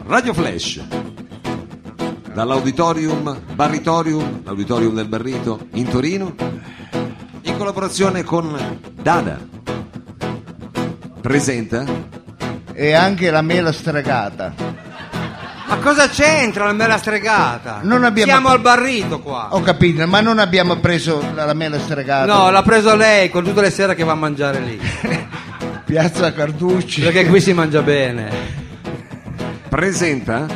Radio Flash dall'Auditorium Barritorium, l'Auditorium del Barrito in Torino, in collaborazione con Dada, presenta E anche la mela stregata. Ma cosa c'entra la mela stregata? Non abbiamo... Siamo al Barrito qua. Ho capito, ma non abbiamo preso la mela stregata. No, l'ha preso lei con tutte le sere che va a mangiare lì. Piazza Carducci. Perché qui si mangia bene. presenta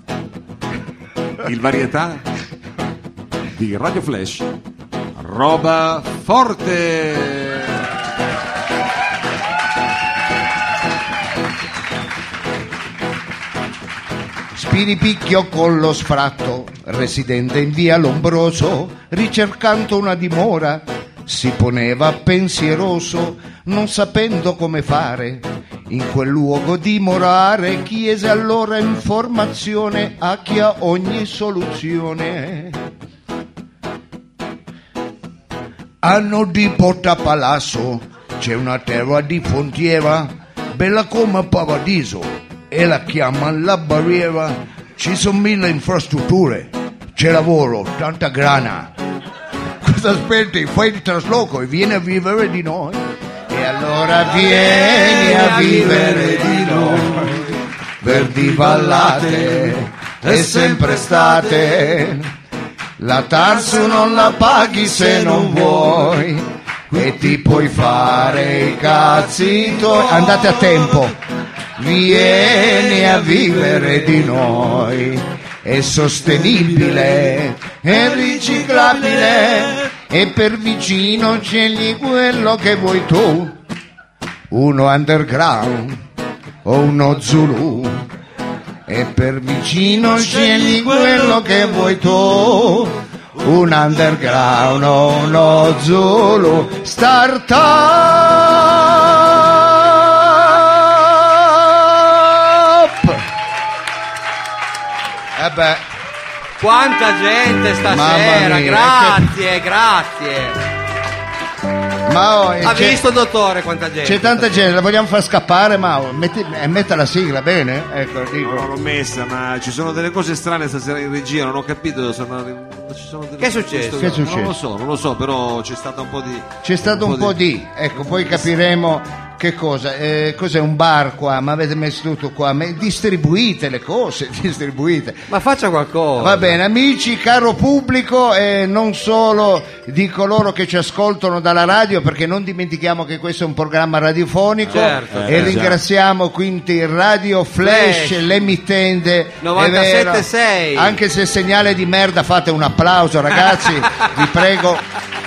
il varietà di Radio Flash, Roba Forte. Spiripicchio con lo sfratto, residente in via Lombroso, ricercando una dimora, si poneva pensieroso, non sapendo come fare. In quel luogo dimorare, chiese allora informazione a chi ha ogni soluzione. Anno di Porta Palazzo, c'è una terra di frontiera, bella come paradiso, e la chiamano la barriera. Ci sono 1000 infrastrutture, c'è lavoro, tanta grana. Cosa aspetti? Fai il trasloco e vieni a vivere di noi. E allora vieni a vivere di noi. Verdi vallate è sempre estate, la Tarsu non la paghi se non vuoi, e ti puoi fare i cazzi tuoi. Andate a tempo. Vieni a vivere di noi, è sostenibile, è riciclabile, e per vicino scegli quello che vuoi tu, uno underground o uno Zulu, e per vicino scegli quello che vuoi tu, un underground o uno Zulu. Startup. Beh. Quanta gente stasera, grazie, grazie. Mao, Ha visto dottore quanta gente? C'è tanta gente, la vogliamo far scappare, Mao? Metta la sigla, bene? Ecco, dico. Non l'ho messa, ma ci sono delle cose strane stasera in regia, non ho capito. Ci sono delle... Che è successo? Che è successo? Non lo so, però c'è stato un po' di... C'è stato un po' di... Ecco, poi capiremo che cosa. Cos'è un bar qua? Ma avete messo tutto qua? Distribuite le cose, distribuite. Ma faccia qualcosa. Va bene, amici, caro pubblico, e non solo di coloro che ci ascoltano dalla radio, perché non dimentichiamo che questo è un programma radiofonico, certo, e ringraziamo quindi Radio Flash, l'emittente 97.6. Anche se segnale di merda, fate un applauso, ragazzi, vi prego.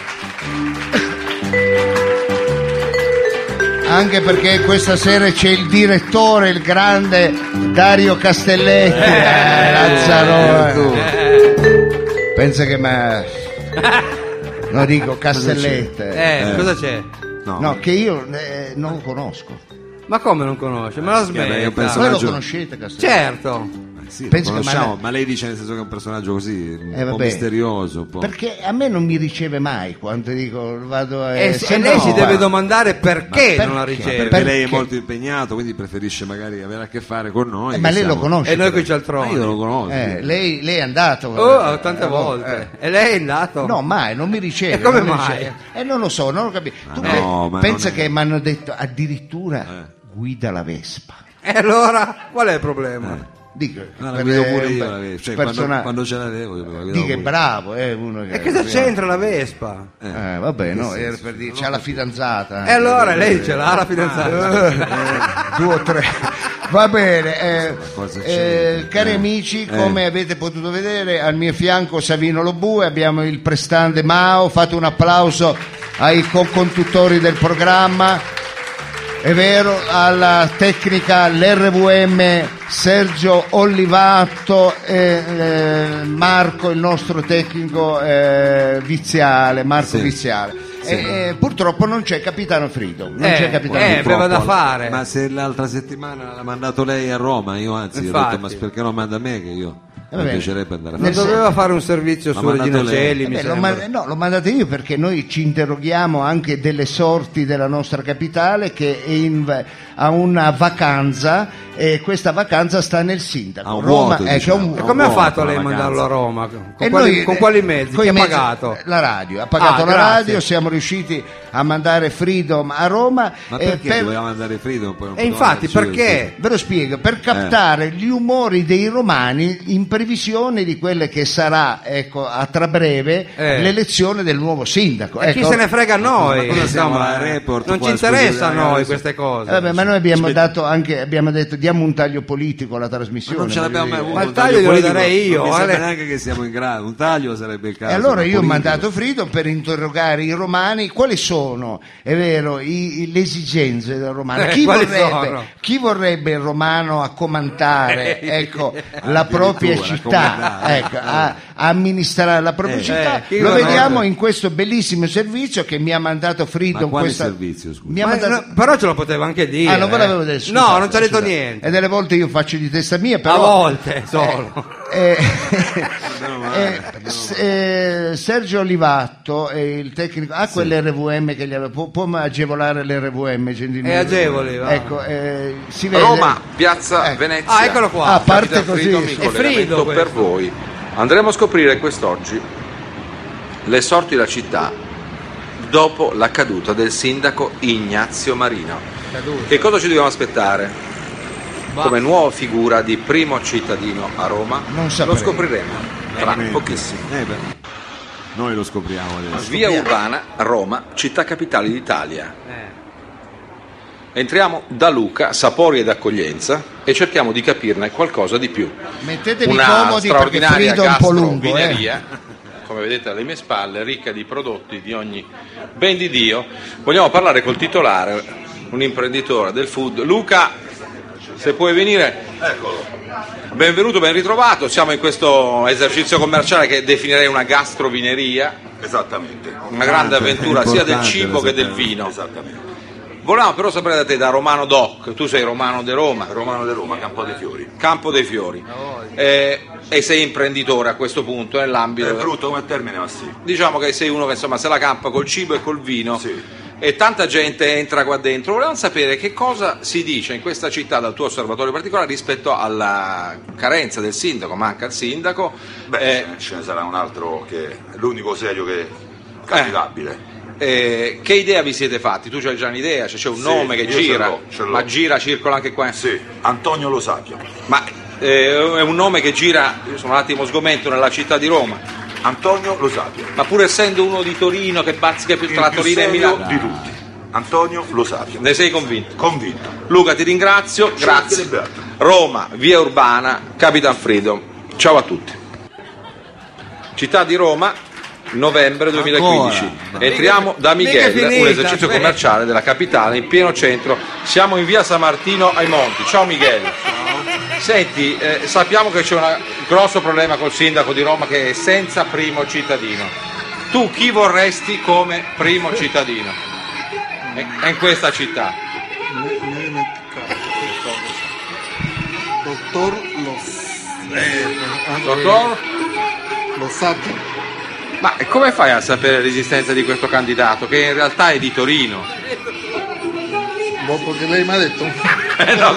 Anche perché questa sera c'è il direttore, il grande Dario Castelletti. Lazzaro. Pensa che no, dico Castellette. Cosa c'è? No, che io non lo conosco. Ma come non conosce? Me la smetta. Voi lo conoscete Castelletti? Certo. Sì, penso lo conosciamo, che ma lei dice nel senso che è un personaggio così un po' vabbè, misterioso, un po'. Perché a me non mi riceve mai quando dico vado a... E lei si deve domandare perché non la riceve. Perché lei è molto impegnato, quindi preferisce magari avere a che fare con noi. Ma lei lo conosce? E noi qui c'è il trono. Io lo conosco. Lei è andato? Tante volte. E lei è andato? No, mai, non mi riceve. E come non mai? Non lo so, non lo capisco. Tu pensa che mi hanno detto addirittura guida la Vespa. E allora qual è il problema? Dico, la guido pure io, cioè, quando ce l'avevo dico è bravo, uno che... E cosa c'entra la Vespa? Vabbè, no, era per dire, c'ha la fidanzata. E allora lei ce l'ha la fidanzata? 2 o 3. Va bene, cari amici, come avete potuto vedere, al mio fianco Savino Lobue, abbiamo il prestante Mao, fate un applauso ai co-conduttori del programma. È vero, alla tecnica l'RVM Sergio Olivato e Marco, il nostro tecnico viziale, Marco Viziale. Sì. Purtroppo non c'è Capitano Frido. Non c'è Capitano Frido. Aveva da fare. Ma se l'altra settimana l'ha mandato lei a Roma, io anzi ho detto, ma perché non manda me che io... mi piacerebbe andare a fare. Non doveva fare un servizio su Regina Coeli? L'ho mandato io perché noi ci interroghiamo anche delle sorti della nostra capitale, che ha una vacanza e questa vacanza sta nel sindaco. A un vuoto, Roma, diciamo. E come ha buono fatto lei a la mandarlo a Roma? E Con quali mezzi? coi Chi ha mezzi- pagato? La radio, ha pagato la grazie. radio, siamo riusciti a mandare Freedom a Roma. Ma perché doveva mandare Freedom? Poi non E poteva infatti andarci perché? Ve lo spiego, per captare gli umori dei romani in previsione di quelle che sarà, ecco, a tra breve l'elezione del nuovo sindaco. E chi Ecco. se ne frega a noi? Ma cosa siamo Insomma, alla Report non qua, ci interessa a scusi, noi ragazzi. queste cose. Vabbè, ma noi abbiamo dato anche, abbiamo detto diamo un taglio politico alla trasmissione. Ma non ce l'abbiamo mai avuto. Ma il un taglio glielo politico, darei io, non mi Ale. sembra neanche che siamo in grado. Un taglio sarebbe il caso. E allora ma io ho politico. mandato Freedom per interrogare i romani quali sono, è vero, le esigenze del romano. Quali sono? Chi vorrebbe il romano a comandare, ecco, la propria Addirittura, città, comandare. ecco, a amministrare la propria città? chi Lo vorrebbe? vediamo in questo bellissimo servizio che mi ha mandato Freedom. Ma quale questa- servizio, scusa? Mi ha Ma mandato- no, però ce lo poteva anche dire. Ah, non ve l'avevo detto. No, scusate, non ci ha detto scusate. niente. E delle volte io faccio di testa mia, però. A volte solo. Sergio Olivatto, il tecnico, ha quell'RVM che gli aveva, può agevolare l'RVM? gentilmente? È agevole, va. Ecco, si vede. Roma, piazza Ecco. Venezia. Ah, eccolo qua. Ah, parte Capita così. Freedom in È collegamento Frido per questo. voi. Andremo a scoprire quest'oggi le sorti della città dopo la caduta del sindaco Ignazio Marino. Che cosa ci dobbiamo aspettare? Come nuova figura di primo cittadino a Roma? Non Lo saprei. scopriremo tra Veramente. pochissimo. Beh, noi lo scopriamo adesso. Via Urbana, Roma, città capitale d'Italia. Entriamo da Luca, sapori ed accoglienza, e cerchiamo di capirne qualcosa di più. Mettetevi Una comodi perché straordinaria Freedom è un po' lungo. gastrovineria, come vedete alle mie spalle, ricca di prodotti di ogni ben di Dio. Vogliamo parlare col titolare, un imprenditore del food. Luca, se puoi venire. Eccolo. Benvenuto, ben ritrovato. Siamo in questo esercizio commerciale che definirei una gastrovineria, Esattamente. una grande avventura sia del importante, cibo che del esattamente. vino. Esattamente. Volevamo però sapere da te, da Romano Doc, tu sei romano di Roma, Romano di Roma, Campo dei Fiori. Campo dei Fiori, e sei imprenditore a questo punto È nell'ambito. brutto come termine, ma sì. Diciamo che sei uno che insomma se la campa col cibo e col vino. Sì. E tanta gente entra qua dentro. Volevamo sapere che cosa si dice in questa città dal tuo osservatorio particolare rispetto alla carenza del sindaco, manca il sindaco. Beh, ce ne sarà un altro che è l'unico serio che è candidabile. Che idea vi siete fatti? Tu c'hai già un'idea, cioè c'è un Sì, nome che io gira, ce l'ho. ma gira, circola anche qua. Sì, Antonio Lo Sapio. Ma è un nome che gira, io sono un attimo sgomento, nella città di Roma, Antonio Lo Sapio. ma pur essendo uno di Torino che bazzica più tra Il più Torino e serio Milano, di tutti. Antonio Lo Sapio. ne sei convinto? Convinto. Luca, ti ringrazio, grazie. mancherebbe altro. Roma, via Urbana, Capitan Freedom. Ciao a tutti. Città di Roma, novembre 2015. Ancora? Entriamo da Mica Miguel, finita, un esercizio aspetta. commerciale della capitale in pieno centro. Siamo in via San Martino ai Monti. Ciao Miguel. Senti, sappiamo che c'è un grosso problema col sindaco di Roma che è senza primo cittadino. Tu chi vorresti come primo cittadino? È in questa città. Dottor? Lo Sapio? Ma come fai a sapere l'esistenza di questo candidato che in realtà è di Torino? Dopo che lei mi ha detto. No,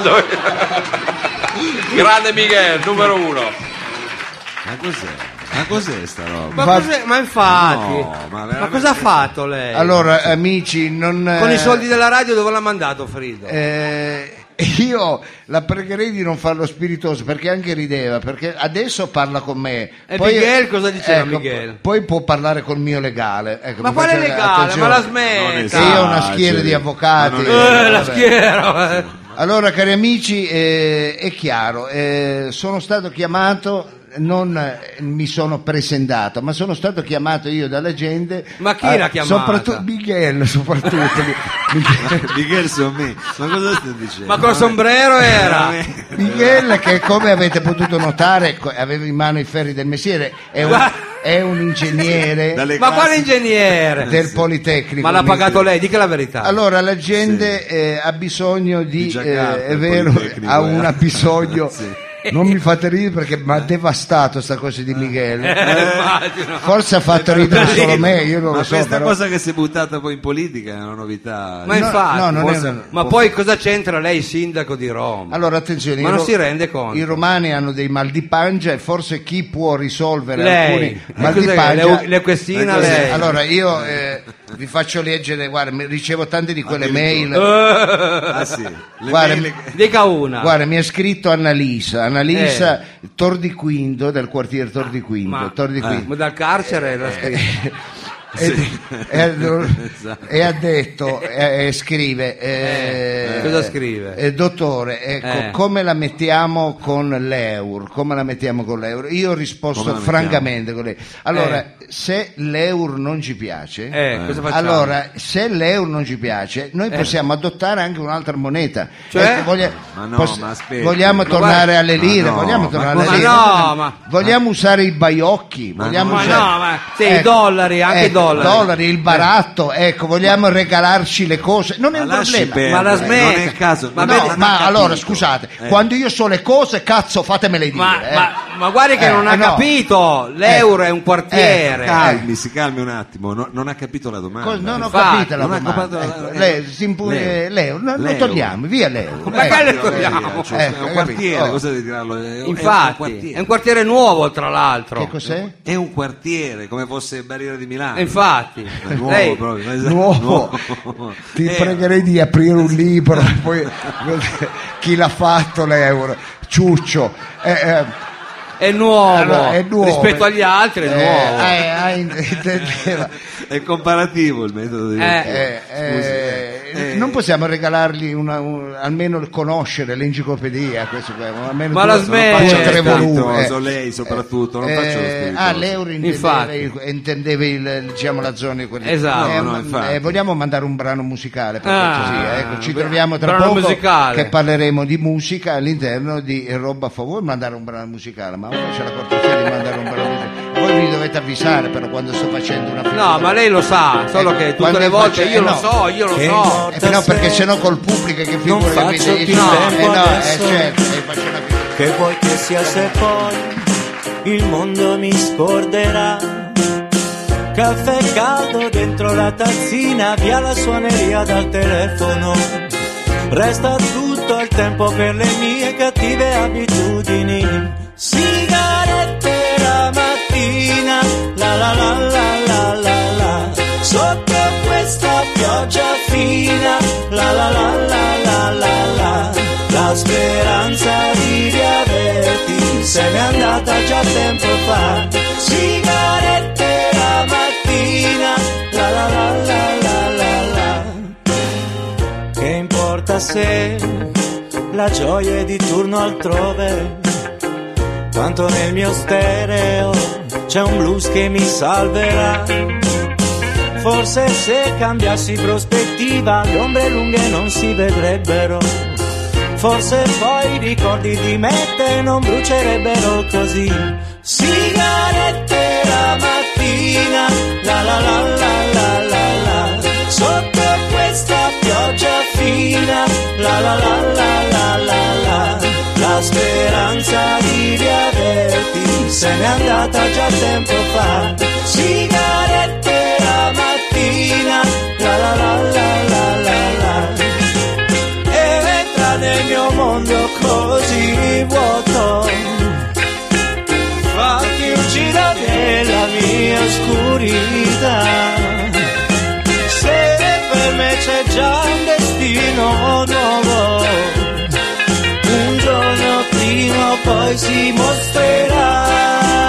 Grande Miguel, numero uno. Ma cos'è? Ma cos'è sta roba? Ma, Va- ma infatti, No, ma ma veramente- cosa ha fatto lei? Allora, amici, non. Con i soldi della radio dove l'ha mandato Frido? Io la pregherei di non farlo spiritoso perché anche rideva, perché adesso parla con me. E Miguel cosa diceva Miguel? Poi può parlare col mio legale. Ecco, Ma mi quale faccia legale? attenzione. Ma la Non smetta! è Che io ho una esageri. schiera di avvocati. Ma non è- La vabbè. schiera! Allora, cari amici, è chiaro, sono stato chiamato, non mi sono presentato, ma sono stato chiamato io dalla gente. Ma chi l'ha chiamato? Soprattutto Miguel, soprattutto. Miguel sono me. Ma cosa stai dicendo? Ma col sombrero era! Miguel, che come avete potuto notare aveva in mano i ferri del mestiere, è un ingegnere Dalle Ma quale classi- ingegnere? del Politecnico. Ma l'ha pagato lei, dica la verità. Allora la gente ha bisogno Di di, Giacarta, è il vero, Politecnico, ha bisogno Sì. Non mi fate ridere perché mi ha devastato sta cosa di Michele. Immagino. Forse ha fatto ridere solo me, io non Ma lo so. questa Però... cosa che si è buttata poi in politica è una novità. Ma infatti, no, non è forse- una- ma poi cosa c'entra lei sindaco di Roma? Allora attenzione, Ma non si rende conto. I romani hanno dei mal di pancia e forse chi può risolvere Lei. alcuni mal di Cos'è che pancia le questina lei? Allora io vi faccio leggere, guarda, ricevo tante di quelle mail. Ah sì, le Guarda, mail- Dica una. Guarda, mi ha scritto Annalisa Tordiquindo, del quartiere Tordiquindo. Ma dal carcere l'ha scritto. E ha detto scrive Cosa scrive? dottore, ecco, come la mettiamo con l'euro? Io ho risposto Come la francamente con lei. Allora, se l'euro non ci piace, Cosa facciamo? allora se l'euro non ci piace, noi possiamo adottare anche un'altra moneta. Cioè? Ma no, ma aspetti. vogliamo Ma tornare guarda- alle lire, Ma no, vogliamo ma tornare cosa- alle lire. Ma no, vogliamo usare i baiocchi, vogliamo Ma usare... no, ma sì, i Ecco, dollari, anche i dollari. il baratto, ecco, vogliamo regalarci le cose, non è Ma un lasci problema. perdere, Ma la smetta. non è il caso. Ma No, vedi- non ma ha allora capito. scusate, quando io so le cose, cazzo, fatemele dire. Ma guardi che non ha no. capito, l'euro è un quartiere. Si calmi un attimo, non ha capito la domanda. Non ho Infatti, capito la non ha domanda. capito Ecco, lei si impone l'euro, lo L'euro. togliamo, via l'euro. Ma che le Via, togliamo? cioè, è un capito. quartiere, Oh. cosa devi tirarlo? È un Infatti, quartiere. è un quartiere nuovo, tra l'altro. Che cos'è? È un quartiere, come fosse il Barriere di Milano. Infatti, È nuovo lei- proprio. Nuovo. Ti pregherei di aprire un libro, poi chi l'ha fatto l'euro? Ciuccio. è nuovo, Allora, è nuovo. rispetto agli altri è nuovo. Intendeva. È comparativo il metodo di Non possiamo regalargli almeno il conoscere l'enciclopedia, questo qua, almeno Ma la smetta. due o Faccia tre lo volumi. lei soprattutto, non faccio lo spiritoso. l'euro Infatti. intendeva diciamo la zona di quelli. Esatto. No, infatti. Vogliamo mandare un brano musicale per Ah, cortesia, ecco, ci troviamo tra brano poco musicale. che parleremo di musica all'interno di roba a favore. Mandare un brano musicale, ma c'è la cortesia di mandare un brano musicale. Voi mi dovete avvisare però quando sto facendo una No, ma lei lo sa, solo che tutte Quando le volte faccio- io lo no. so, io lo so. no, perché sennò col pubblico che figura che mi faccio dice più no, tempo adesso. certo, faccio una figura. Che vuoi che sia se poi il mondo mi scorderà? Caffè caldo dentro la tazzina, via la suoneria dal telefono. Resta tutto il tempo per le mie cattive abitudini. Sigarette la mattina, la la la la la la la. Sotto questa pioggia fina, la la la la la la la. La speranza di riaverti se n'è andata già tempo fa. Sigarette la mattina, la la la la la la la. Che importa se la gioia è di turno altrove, tanto nel mio stereo c'è un blues che mi salverà. Forse se cambiassi prospettiva le ombre lunghe non si vedrebbero. Forse poi i ricordi di me te non brucierebbero così. Sigarette la mattina, la la la la la la la. Sotto questa pioggia fina, la la la la la la la. La speranza di riaverti se n'è andata già tempo fa. Sigarette la mattina, la la la la la la la. E entra nel mio mondo così vuoto, fatti uscire nella mia oscurità. Se per me c'è già un destino nuovo, un giorno prima o poi si mostrerà.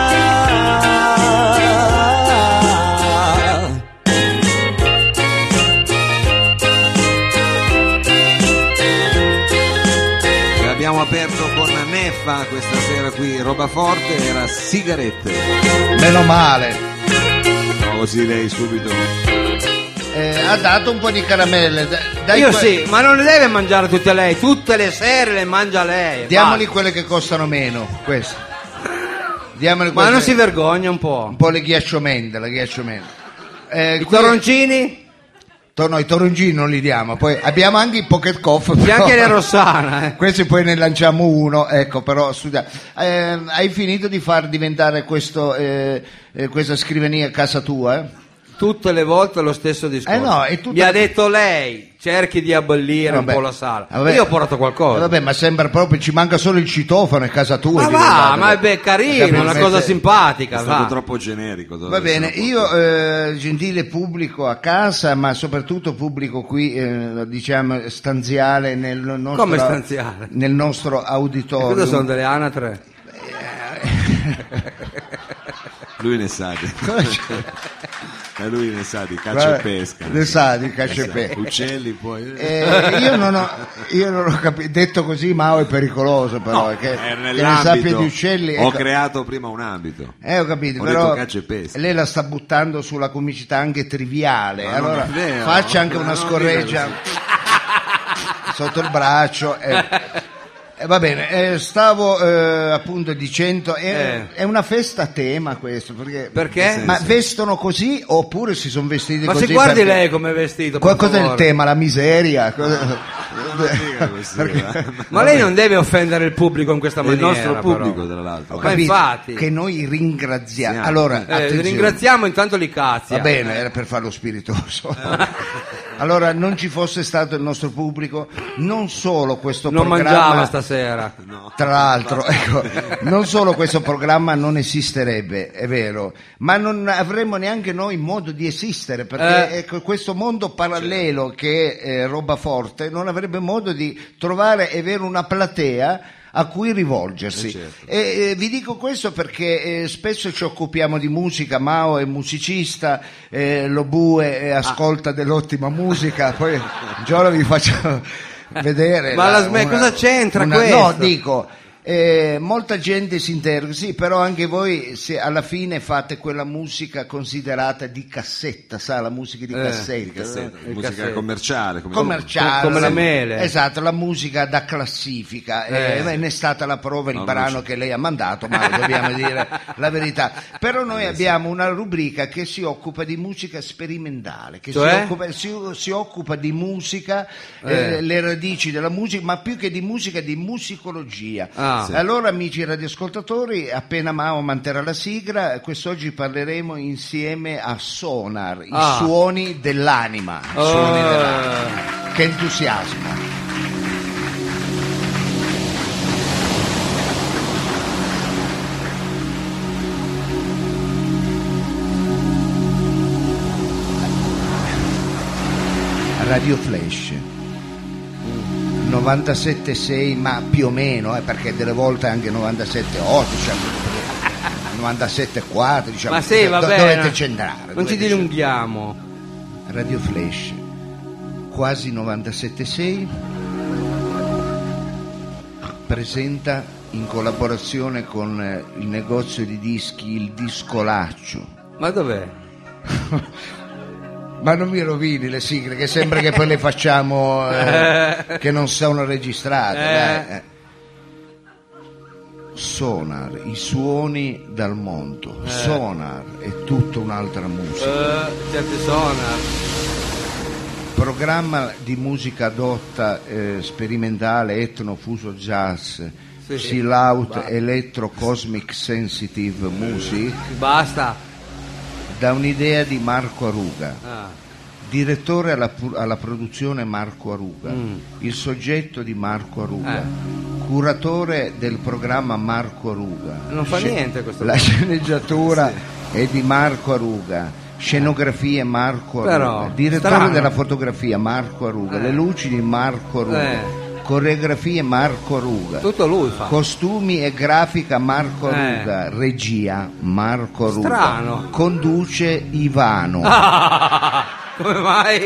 Abbiamo aperto con Neffa questa sera qui, roba forte, era sigarette. Meno male. No, così lei subito. Ha dato un po' di caramelle. Dai Io sì, ma non le deve mangiare tutte lei, tutte le sere le mangia lei. Diamoli basta. quelle che costano meno, queste. Diamoli Ma quelle non si vergogna un po'? un po' le ghiacciomende, la ghiacciomende. I toroncini? i toroncini non li diamo, poi abbiamo anche i pocket coff, Bianchi e Rossana. questi poi ne lanciamo uno, ecco, però studia. Hai finito di far diventare questa scrivania casa tua? Tutte le volte lo stesso discorso. No, è tutto- Mi ha detto lei, cerchi di abbellire un po' la sala. Vabbè. Io ho portato qualcosa. Vabbè, ma sembra proprio, ci manca solo il citofono, è casa tua. Ma va, ma è carino, è una cosa È simpatica. stato Va. troppo generico. Va bene, io gentile pubblico a casa, ma soprattutto pubblico qui, diciamo stanziale nel nostro, Come stanziale? nel nostro E auditorium. cosa sono delle anatre? Lui ne sa di... lui ne sa di caccia Guarda, e pesca. ne sa di caccia e pesca. Uccelli poi... Io non ho capito, detto così Mao è pericoloso però, No, che era ne sappia di uccelli. Ho ecco. creato prima un abito. Ho capito, Ho però detto caccia e pesca. lei la sta buttando sulla comicità anche triviale, Ma allora non è vero, faccia anche ma una non scorreggia dire sotto il braccio. Va bene, stavo appunto dicendo, è una festa a tema questo, Perché? Ma vestono così oppure si sono vestiti Ma così? se guardi perché- lei come è vestito, per Cos'è il favore. tema? La miseria? Non dica così, Ma lei non deve offendere il pubblico in questa il maniera. nostro pubblico, però. tra l'altro. Ho Ma capito, infatti. che noi ringraziamo. Siamo. Allora, attenzione. Ringraziamo intanto l'Icazia. Va bene, era per farlo spiritoso. Allora, non ci fosse stato il nostro pubblico, non solo questo Non programma, mangiava stasera. tra l'altro, ecco, non solo questo programma non esisterebbe, è vero, ma non avremmo neanche noi modo di esistere, perché ecco, questo mondo parallelo che è roba forte non avrebbe modo di trovare e avere una platea a cui rivolgersi. Certo. E vi dico questo perché spesso ci occupiamo di musica, Mao è musicista, lo Bue ascolta dell'ottima musica, poi un giorno vi faccio vedere. Ma cosa c'entra questo? No, dico, molta gente si interroga, sì, però anche voi se alla fine fate quella musica considerata di cassetta, sa, la musica di cassetta, Musica cassetta. commerciale. commerciale, come la mele. esatto, la musica da classifica, ne è stata la prova il brano che lei ha mandato, ma dobbiamo dire la verità. Però noi abbiamo una rubrica che si occupa di musica sperimentale, che Cioè? si occupa di musica, le radici della musica, ma più che di musica, di musicologia. Sì. Allora, amici radioascoltatori, appena Mao manterrà la sigla, quest'oggi parleremo insieme a Sonar, i suoni dell'anima. I suoni dell'anima. Che entusiasmo! Radio Flash 97.6, ma più o meno, perché delle volte anche 97.8, diciamo, 97.4, diciamo, Ma sì, va bene. dovete centrare. Non ci dilunghiamo. Radio Flash, quasi 97.6, presenta in collaborazione con il negozio di dischi Il Discolaccio. Ma dov'è? Ma non mi rovini le sigle, che sembra che poi le facciamo che non sono registrate. Dai. Sonar, i suoni dal mondo. Sonar è tutta un'altra musica. Certi Sonar. Programma di musica adotta, sperimentale, etno, fuso jazz, chill out, electro, cosmic sensitive music. Basta. Da un'idea di Marco Aruga, direttore alla produzione Marco Aruga, il soggetto di Marco Aruga, curatore del programma Marco Aruga. Non fa niente questo. La sceneggiatura è di Marco Aruga, scenografie Marco Aruga, Però, direttore strano. della fotografia Marco Aruga, le luci di Marco Aruga, coreografie Marco Aruga. Tutto lui fa. Costumi e grafica Marco Aruga, regia Marco Aruga. Strano. Conduce Ivano. Come mai?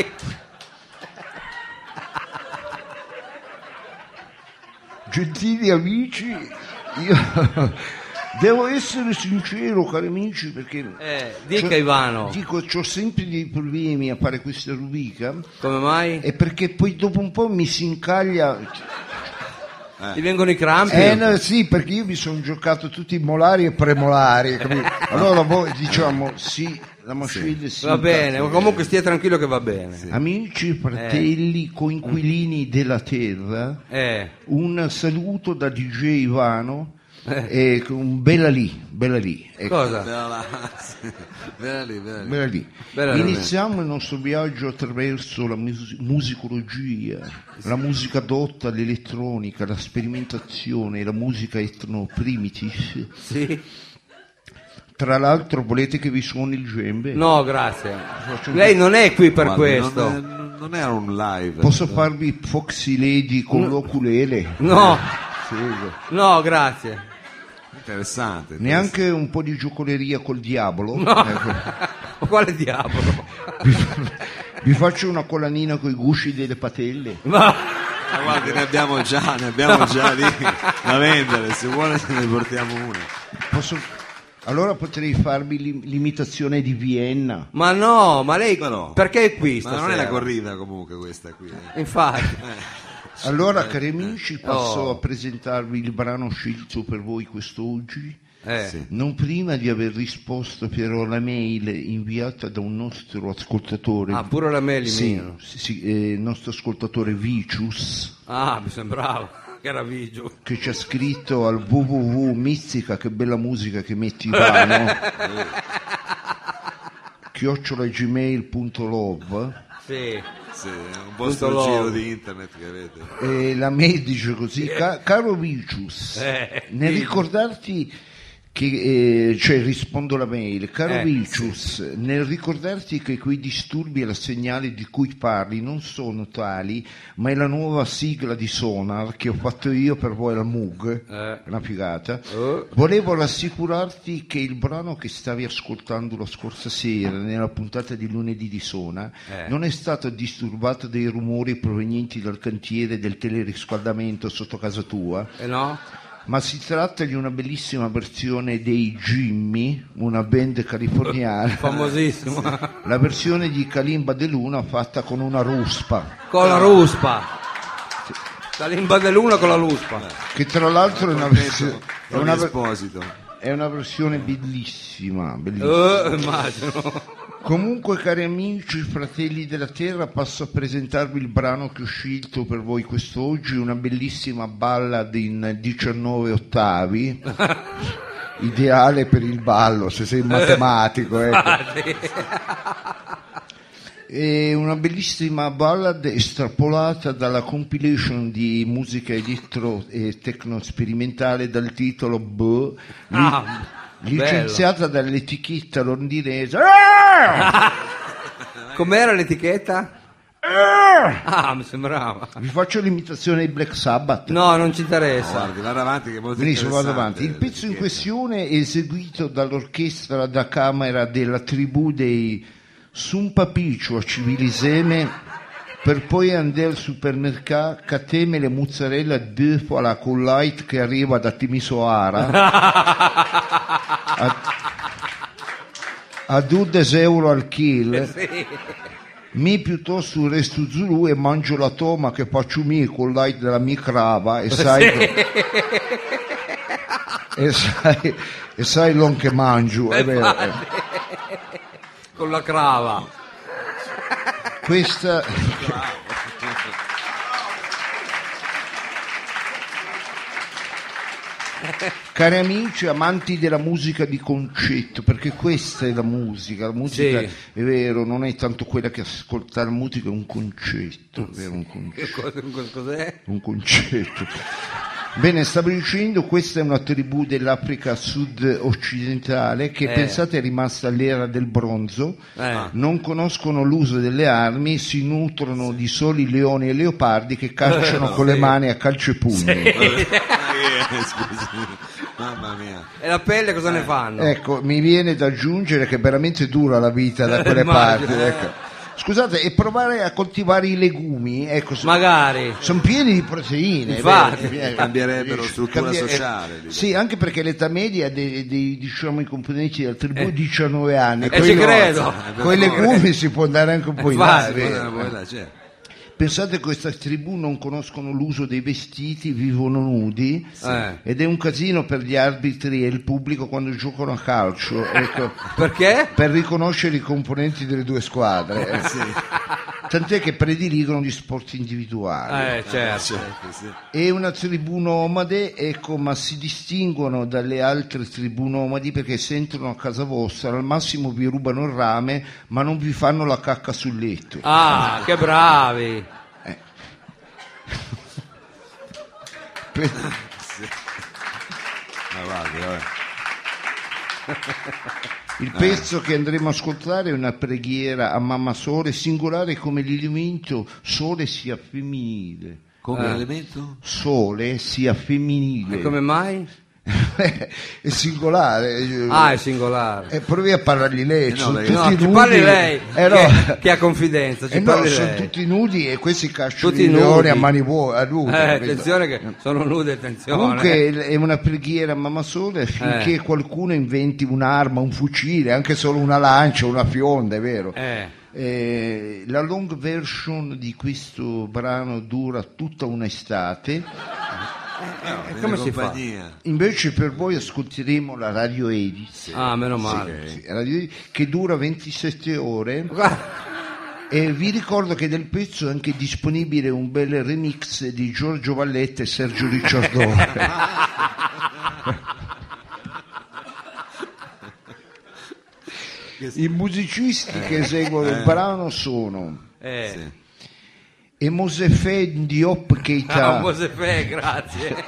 Gentili amici, io devo essere sincero, cari amici, perché Dica Ivano. dico, c'ho sempre dei problemi a fare questa rubrica, Come mai? e perché poi dopo un po' mi si incaglia. Ti vengono i crampi? No, sì, perché io mi sono giocato tutti i molari e premolari, capito? Allora voi diciamo sì, la mascella sì. Va bene, comunque stia tranquillo che va bene. Amici, fratelli, coinquilini della terra, un saluto da DJ Ivano. E un bella lì. Ecco. Cosa? Bella lì. Iniziamo il nostro viaggio attraverso la musicologia, la musica dotta, l'elettronica, la sperimentazione, la musica etno-primitive. Sì. Tra l'altro volete che vi suoni il djembe? No, grazie. Lei non è qui per questo. Non era un live. Posso farvi Foxy Lady con l'oculele? No. Figo. No, grazie. Interessante. Neanche un po' di giocoleria col diavolo? No. Ecco. Ma quale diavolo? Vi faccio una collanina con i gusci delle patelle. Ma guardi, ne abbiamo già lì da vendere, se vuole se ne portiamo una. Allora potrei farvi l'imitazione di Vienna. Ma no, ma lei No. perché è qui Ma stasera? non è la corrida comunque questa qui. Infatti. Allora, cari amici, passo a presentarvi il brano scelto per voi quest'oggi. Sì. Non prima di aver risposto però alla mail inviata da un nostro ascoltatore. Ah, pure la mail Sì, mia. il nostro ascoltatore Vicius, Ah, mi sembrava che era Vigio. che ci ha scritto al www.mizzica, che bella musica che metti Ivano, @gmail.love. Sì. Sì, è un vostro giro di internet che avete. E la mail dice così: caro Vicius, nel ricordarti che, cioè rispondo alla mail, caro Vicius, nel ricordarti che quei disturbi al segnale di cui parli non sono tali, ma è la nuova sigla di Sonar che ho fatto io per voi al Moog, una figata. Volevo rassicurarti che il brano che stavi ascoltando la scorsa sera nella puntata di lunedì di Sonar non è stato disturbato dai rumori provenienti dal cantiere del teleriscaldamento sotto casa tua. No? Ma si tratta di una bellissima versione dei Jimmy, una band californiana, Famosissima. la versione di Kalimba de Luna fatta con una ruspa, Con la ruspa. Kalimba de Luna con la ruspa. che tra l'altro è una Esposito. versione bellissima, bellissima. Immagino. Comunque, cari amici, fratelli della terra, passo a presentarvi il brano che ho scelto per voi quest'oggi, una bellissima ballad in 19 ottavi, ideale per il ballo, se sei matematico, ecco. È una bellissima ballad estrapolata dalla compilation di musica elettro e tecno sperimentale dal titolo licenziata dall'etichetta londinese. Com'era l'etichetta? Ah, mi sembrava. Vi faccio l'imitazione di Black Sabbath. No, non ci interessa. Guardi, vado avanti che è molto Benissimo, vado interessante. avanti. Il pezzo in questione è eseguito dall'orchestra da camera della tribù dei Sumpapiccio a Civiliseme, per poi andare al supermercato, cateme le mozzarella bœuf alla collite che arriva da Timisoara a 12 euro al chilo. Mi piuttosto resto Zulu e mangio la toma che faccio mia con light della mia crava e sai e sai l'on che mangio, è vero. Con la crava. Questa cari amici amanti della musica di concetto, perché questa è la musica Sì. è vero, non è tanto quella che ascolta la musica, è un concetto, è vero, un concetto. Cos'è? Un concetto. Bene, stavo dicendo, questa è una tribù dell'Africa sud-occidentale che pensate è rimasta all'era del bronzo, non conoscono l'uso delle armi, si nutrono di soli leoni e leopardi che cacciano con le mani a calcio e pugni. Scusi. Mamma mia. E la pelle cosa ne fanno? Ecco, mi viene da aggiungere che è veramente dura la vita da quelle Immagino. parti, ecco. Scusate, e provare a coltivare i legumi, ecco, Magari. sono pieni di proteine, Infatti. Cambierebbero struttura sociale. Sì, anche perché l'età media dei diciamo, i componenti della tribù è 19 anni. ci credo. Con i legumi si può andare anche un po' in là. Infatti. è vero. Certo. Pensate che queste tribù non conoscono l'uso dei vestiti, vivono nudi ed è un casino per gli arbitri e il pubblico quando giocano a calcio. Ecco, Perché? per riconoscere i componenti delle due squadre. Tant'è che prediligono gli sport individuali. Certo. È una tribù nomade, ecco, ma si distinguono dalle altre tribù nomadi perché se entrano a casa vostra al massimo vi rubano il rame, ma non vi fanno la cacca sul letto. Ah, che bravi. Il pezzo che andremo a ascoltare è una preghiera a Mamma Sole, singolare come l'elemento Sole sia femminile. Come elemento? Sole sia femminile. E come mai? È singolare. È singolare. Provi a parlargli lei. Sono tutti No, ci nudi. parli lei, No. che ha confidenza. Ci No, parli sono lei. tutti nudi e questi cacciano Tutti i leoni nudi. a mani vuote. Attenzione che sono nude, attenzione. Comunque è una preghiera a Mamma Sole affinché qualcuno inventi un'arma, un fucile, anche solo una lancia, una fionda, è vero. La long version di questo brano dura tutta un'estate. Come si fa? Invece per voi ascolteremo la Radio Edis. Meno male. Sì, Radio Edis, che dura 27 ore. E vi ricordo che del pezzo è anche disponibile un bel remix di Giorgio Valletta e Sergio Ricciardone. I musicisti che eseguono il brano sono e Mosefè Diop Keita. Mosefè, grazie.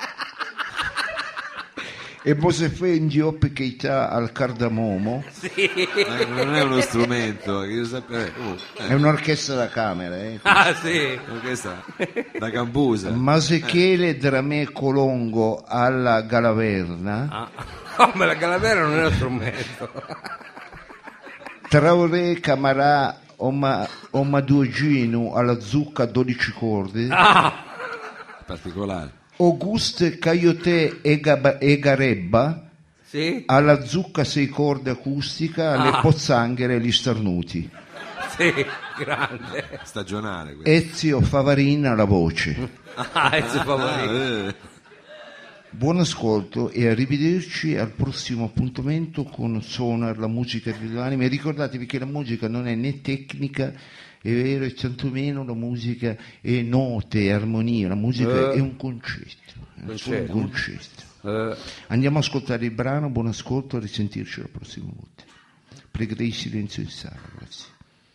E Mosefè Diop Keita al cardamomo. Non è uno strumento, io sapevo. È un'orchestra da camera. Sì. Un'orchestra da Cambusa. Masechele Dramè Colongo alla Galaverna. Ma la calavera non è uno strumento. Traoré Camarà Omaduogino alla zucca 12 corde. Particolare. Auguste Caioté e Garebba alla zucca 6 corde acustica, alle pozzanghere e agli starnuti. Sì, grande. Stagionale questo. Ezio Favarin alla voce. Ezio Favarin. Buon ascolto e arrivederci al prossimo appuntamento con Sonar, la musica dell'anima. E ricordatevi che la musica non è né tecnica, è vero, e tantomeno la musica è note, è armonia, la musica è un concetto. Un concetto. Andiamo a ascoltare il brano, buon ascolto, a risentirci la prossima volta. Pregherei silenzio in sala, grazie.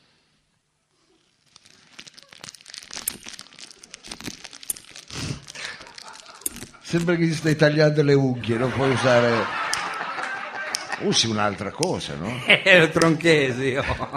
Sembra che ti stai tagliando le unghie, non puoi usare. Usi un'altra cosa, no? Lo tronchesi.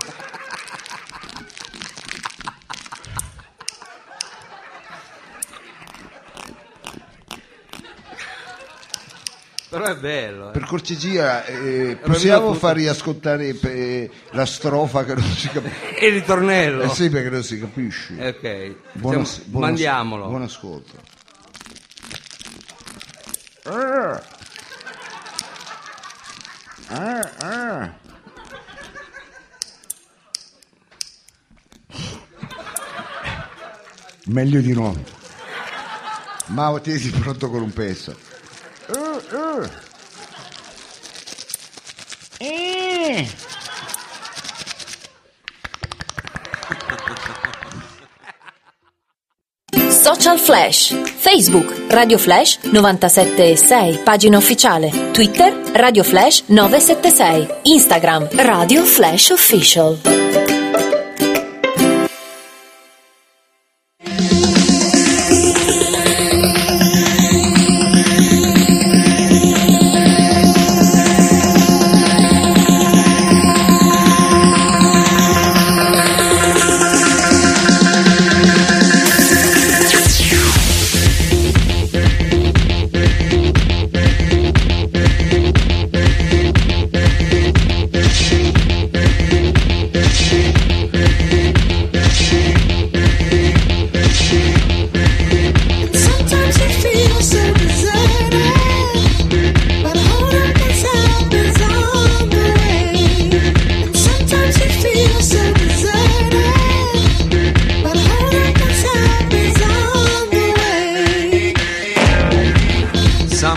Però è bello. Per cortesia, possiamo far riascoltare la strofa che non si capisce? Il ritornello. Sì, perché non si capisce. Ok, mandiamolo. Buon ascolto. Meglio di no. Mao, tieni pronto con un pezzo. Social Flash, Facebook Radio Flash 97.6, pagina ufficiale, Twitter Radio Flash 976, Instagram Radio Flash Official.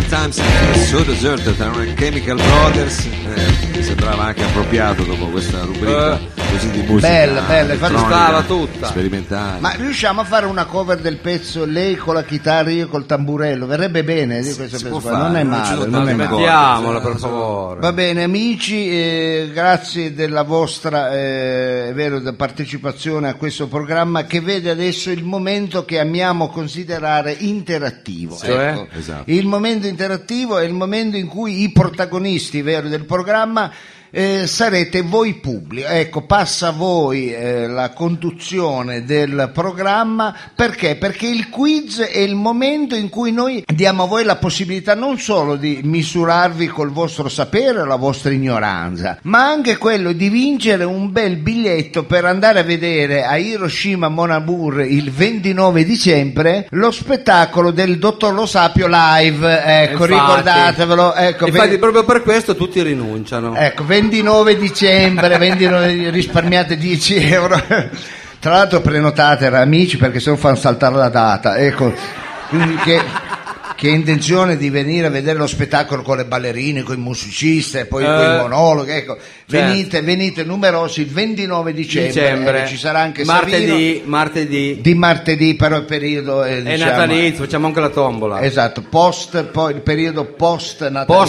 Sometimes I Feel So Deserted, erano i Chemical Brothers, mi sembrava anche appropriato dopo questa rubrica così di musica bella, elettronica, stava tutta. sperimentale. Ma riusciamo a fare una cover del pezzo, lei con la chitarra, io col tamburello? Verrebbe bene di questo si pezzo può qua. fare, Non è non ci male, sono non è tanti male. Mettiamola, per favore. Va bene amici, grazie della vostra è vero, partecipazione a questo programma, che vede adesso il momento che amiamo considerare interattivo. Cioè? Ecco. Esatto. Il momento interattivo è il momento in cui i protagonisti, vero, del programma sarete voi pubblico. Ecco, passa a voi la conduzione del programma. Perché? Perché il quiz è il momento in cui noi diamo a voi la possibilità non solo di misurarvi col vostro sapere, la vostra ignoranza, ma anche quello di vincere un bel biglietto per andare a vedere a Hiroshima Mon Amour il 29 dicembre lo spettacolo del Dottor Lo Sapio live. Ecco, Infatti. ricordatevelo. Ecco, Infatti proprio per questo tutti rinunciano. Ecco, 29 dicembre, risparmiate 10 euro. Tra l'altro prenotate, amici, perché se no fanno saltare la data. Ecco, quindi che intenzione di venire a vedere lo spettacolo con le ballerine, con i musicisti e poi con i monologhi. Ecco, certo. venite numerosi il 29 dicembre. Ci sarà anche martedì. Di martedì, però il periodo è Natalizio, facciamo anche la tombola. Esatto, poi il periodo post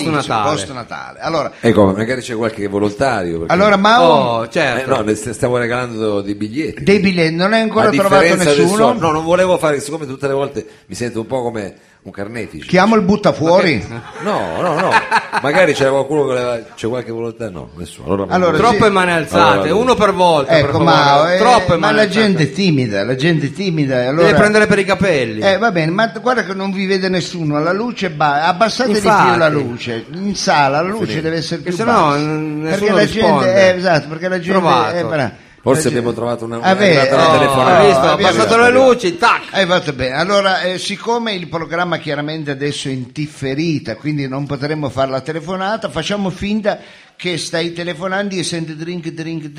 Natale. Allora, Ecco, magari c'è qualche volontario. Perché... allora Mao, Certo. no, ne stiamo regalando dei biglietti. dei biglietti, non hai ancora A trovato differenza del nessuno? No, non volevo fare, siccome tutte le volte mi sento un po' come un carnefice. Chiamo il buttafuori. No. Magari c'era qualcuno c'è qualche volontà? No, nessuno. Allora, Troppe mani alzate, Allora, uno per volta. per Ecco, favore. Troppe ma mani la alzate. gente è timida, allora... Deve prendere per i capelli. Va bene, ma guarda che non vi vede nessuno, la luce abbassate Infatti. di più la luce, in sala la luce deve essere Che più se no bassa. nessuno Perché la risponde. gente, esatto, perché la gente Trovato. brava. Forse La gente- abbiamo trovato una Vabbè, telefonata. Hai visto? Ha abbiamo- passato le luci, tac. Hai fatto bene. Allora, siccome il programma chiaramente adesso è in differita, quindi non potremo fare la telefonata, facciamo finta che stai telefonando, io sento drink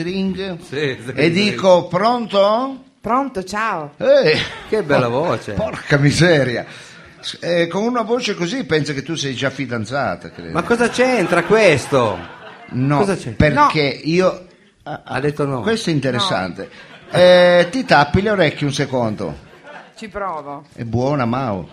Sì, e dico pronto? Pronto, ciao. Che bella voce. Porca miseria. Con una voce così penso che tu sei già fidanzata, credo. Ma cosa c'entra questo? No, cosa c'è? perché io... Ha detto no. Questo è interessante. Ti tappi le orecchie un secondo. Ci provo. È buona, Mao.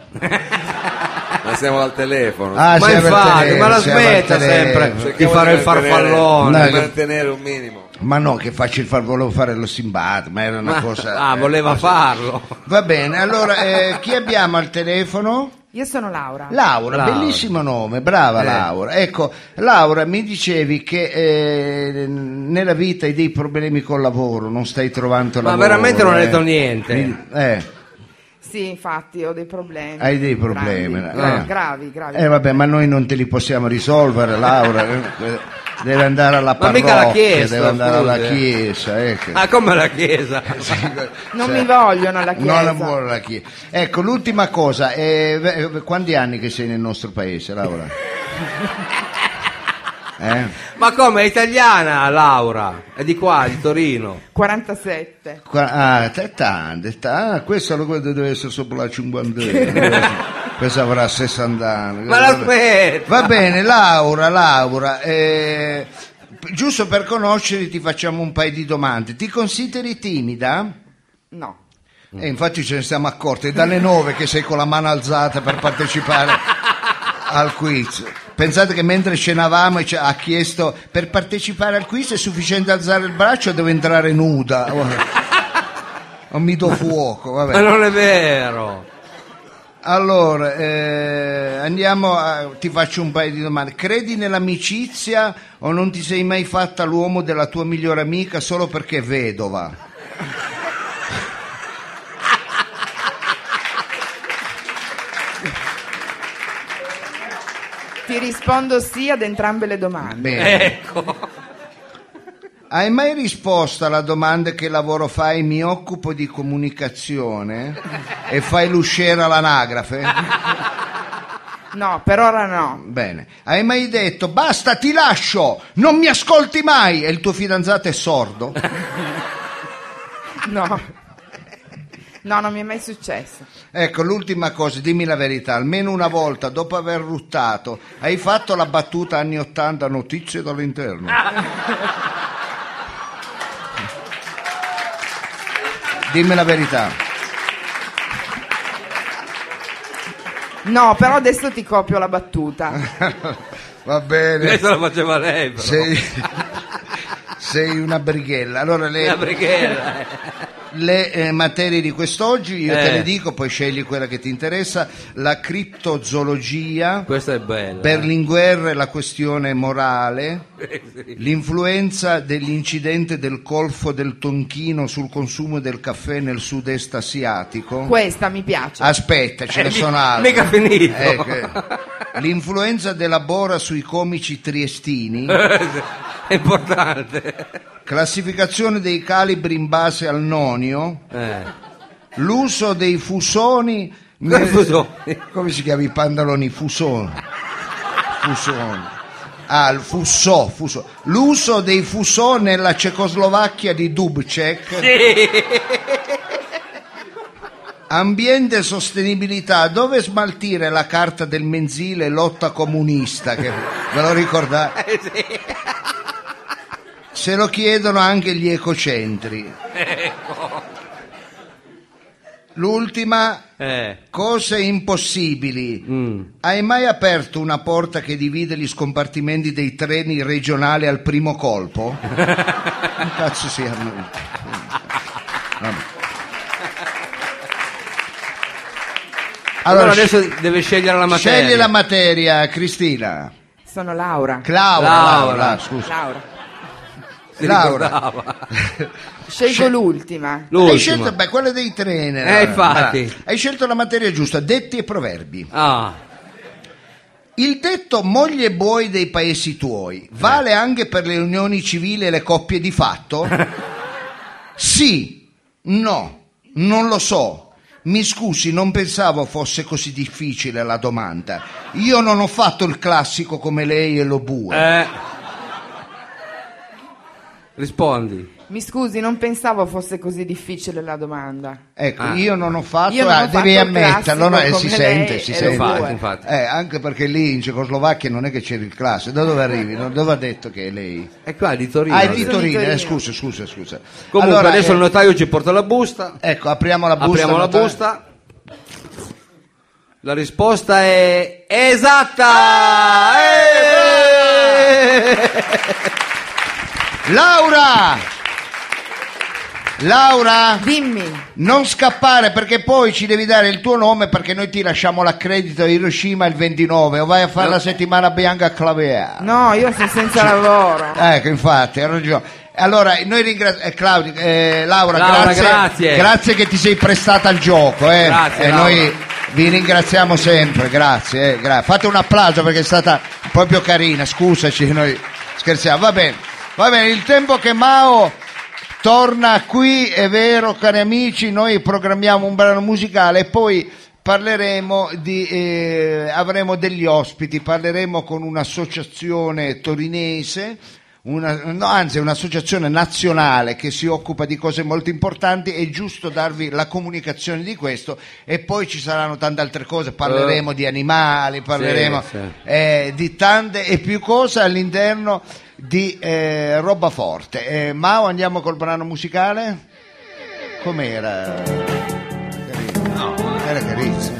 Ma siamo al telefono. Ah, Ma siamo al infatti, telefono, ma la siamo al smetta telefono. sempre di fare il farfallone. No, Per mantenere un minimo. Ma no, che faccio volevo fare lo simpatico, ma era una cosa... voleva farlo. Va bene, allora, chi abbiamo al telefono? Io sono Laura. Laura, bellissimo nome, brava Laura. Ecco, Laura, mi dicevi che nella vita hai dei problemi col lavoro, non stai trovando Ma lavoro. veramente non hai detto niente. Sì, infatti ho dei problemi. Hai dei problemi. Gravi. Vabbè, ma noi non te li possiamo risolvere, Laura. Deve andare alla Ma mica parrocchia, la chiesa, deve andare alla scusi. chiesa. Ecco. Ah, come la chiesa? Non mi vogliono alla chiesa. Non la vuole la chiesa. Ecco, l'ultima cosa, quanti anni che sei nel nostro paese, Laura? Ma come, è italiana Laura? È di qua, di Torino. 47. Questo lo credo deve essere sopra la 50. Questo avrà 60 anni. Ma l'aspetta! Va bene, Laura, giusto per conoscerti ti facciamo un paio di domande. Ti consideri timida? No. Infatti ce ne siamo accorti, è dalle 9 che sei con la mano alzata per partecipare al quiz. Pensate che mentre cenavamo ha chiesto: per partecipare al quiz è sufficiente alzare il braccio o devo entrare nuda? O mi do fuoco, vabbè. Ma non è vero. Allora, ti faccio un paio di domande. Credi nell'amicizia o non ti sei mai fatta l'uomo della tua migliore amica solo perché è vedova? Ti rispondo sì ad entrambe le domande. Bene. Ecco. Hai mai risposto alla domanda che lavoro fai? Mi occupo di comunicazione e fai l'usciera all'anagrafe? No, per ora no. Bene. Hai mai detto basta, ti lascio, non mi ascolti mai e il tuo fidanzato è sordo? No. No, non mi è mai successo. Ecco, l'ultima cosa, dimmi la verità, almeno una volta dopo aver ruttato hai fatto la battuta anni 80 notizie dall'interno? Dimmi la verità. No, però adesso ti copio la battuta. Va bene. Adesso la faceva lei, però. Sei una brighella. Allora Una brighella. le materie di quest'oggi io te le dico, poi scegli quella che ti interessa. La criptozoologia, questa è bella. Berlinguer e la questione morale, l'influenza dell'incidente del Golfo del Tonchino sul consumo del caffè nel sud-est asiatico. Questa mi piace. Aspetta, ce ne sono altre. Mica finito. L'influenza della Bora sui comici triestini. È importante. Classificazione dei calibri in base al nonio. L'uso dei fusoni. Come si chiama i pantaloni? Fusoni. Il fusso. L'uso dei fusò nella Cecoslovacchia di Dubček. Ambiente e sostenibilità, dove smaltire la carta del mensile lotta comunista, che ve lo ricordate? Se lo chiedono anche gli ecocentri. L'ultima, cose impossibili. Hai mai aperto una porta che divide gli scompartimenti dei treni regionali al primo colpo? Che cazzo si hanno? Allora adesso deve scegliere la materia. Scegli la materia, Cristina. Sono Laura. Laura, scusa. Laura. Scelgo l'ultima. Hai scelto quella dei treni. Infatti. Hai scelto la materia giusta, detti e proverbi. Il detto moglie e buoi dei paesi tuoi vale anche per le unioni civili e le coppie di fatto? Sì, no, non lo so. Mi scusi, non pensavo fosse così difficile la domanda. Io non ho fatto il classico come lei e lo bue. Rispondi. Mi scusi, non pensavo fosse così difficile la domanda. Ecco, io non ho fatto, Io non ho devi fatto il ammetterlo, classico si come sente, lei si e sente. lo bue. Infatti. Anche perché lì in Cecoslovacchia non è che c'era il classico. Da dove arrivi? Dove ha detto che è lei? È qua di Torino. È di Sono di Torino, Torino. scusa. Comunque Allora, adesso il notaio ci porta la busta. Ecco, apriamo la busta. Apriamo la notaio. busta. La risposta è esatta! Laura, Dimmi. non scappare perché poi ci devi dare il tuo nome, perché noi ti lasciamo l'accredito a Hiroshima il 29 o vai a fare la settimana bianca a Clavier. No, io sono senza lavoro. Ecco, infatti, hai ragione. Allora, noi ringraziamo Laura, grazie che ti sei prestata al gioco. Grazie, noi vi ringraziamo sempre, grazie. Fate un applauso perché è stata proprio carina, scusaci, noi scherziamo. Va bene, il tempo che Mao torna qui, è vero, cari amici, noi programmiamo un brano musicale e poi parleremo avremo degli ospiti, parleremo con un'associazione torinese, un'associazione nazionale che si occupa di cose molto importanti. È giusto darvi la comunicazione di questo e poi ci saranno tante altre cose, parleremo di animali, parleremo di tante e più cose all'interno di roba forte. Mao, andiamo col brano musicale? Com'era? Era carissimo.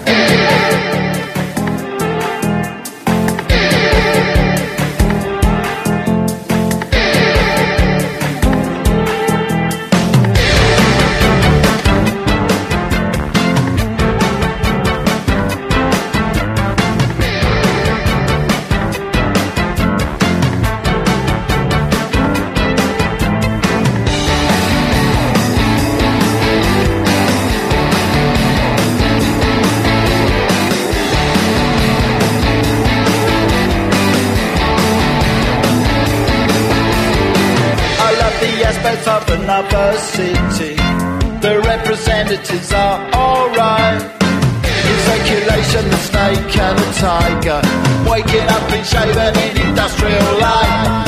Of another city, the representatives are alright. In circulation, the snake and the tiger, waking up and shaven in industrial light.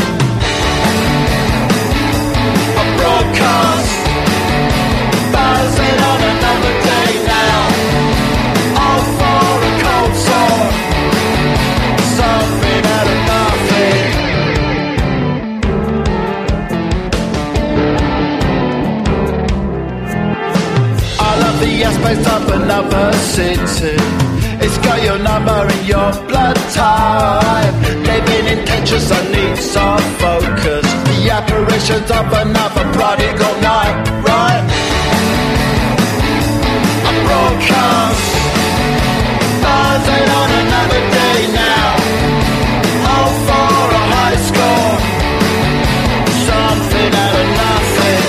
A broadcast, buzzing on another city. It's got your number in your blood type. Living in Tetris, I need some focus. The apparitions of another prodigal night, right? I broadcast, buzzing on another day now. All for a high score, something out of nothing.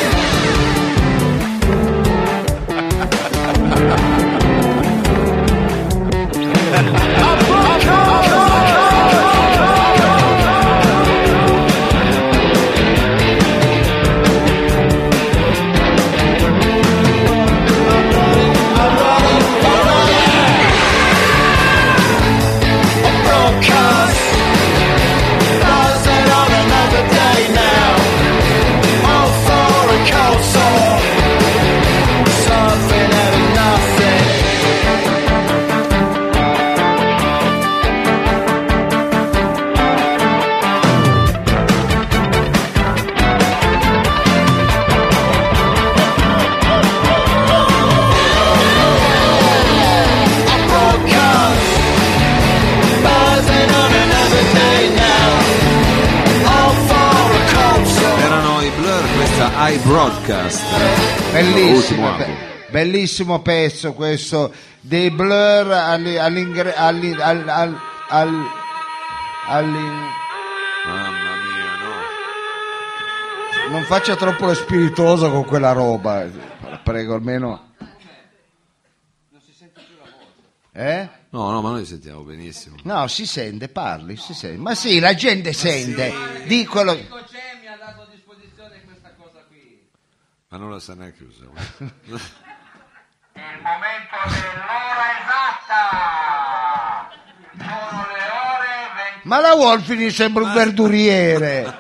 I Broadcast. Bellissimo, bellissimo pezzo questo dei Blur Mamma mia, no. Non faccia troppo lo spiritoso con quella roba, prego, almeno. Non si sente più la voce. No, ma noi sentiamo benissimo. No, si sente, parli, si sente. Ma sì, la gente sente. Sì. Di quello. Mi ha dato a disposizione questa cosa qui. Ma non la sa neanche usare. È il momento dell'ora esatta. Sono le ore 20. Ma la Wolfini sembra un verduriere. 21:35.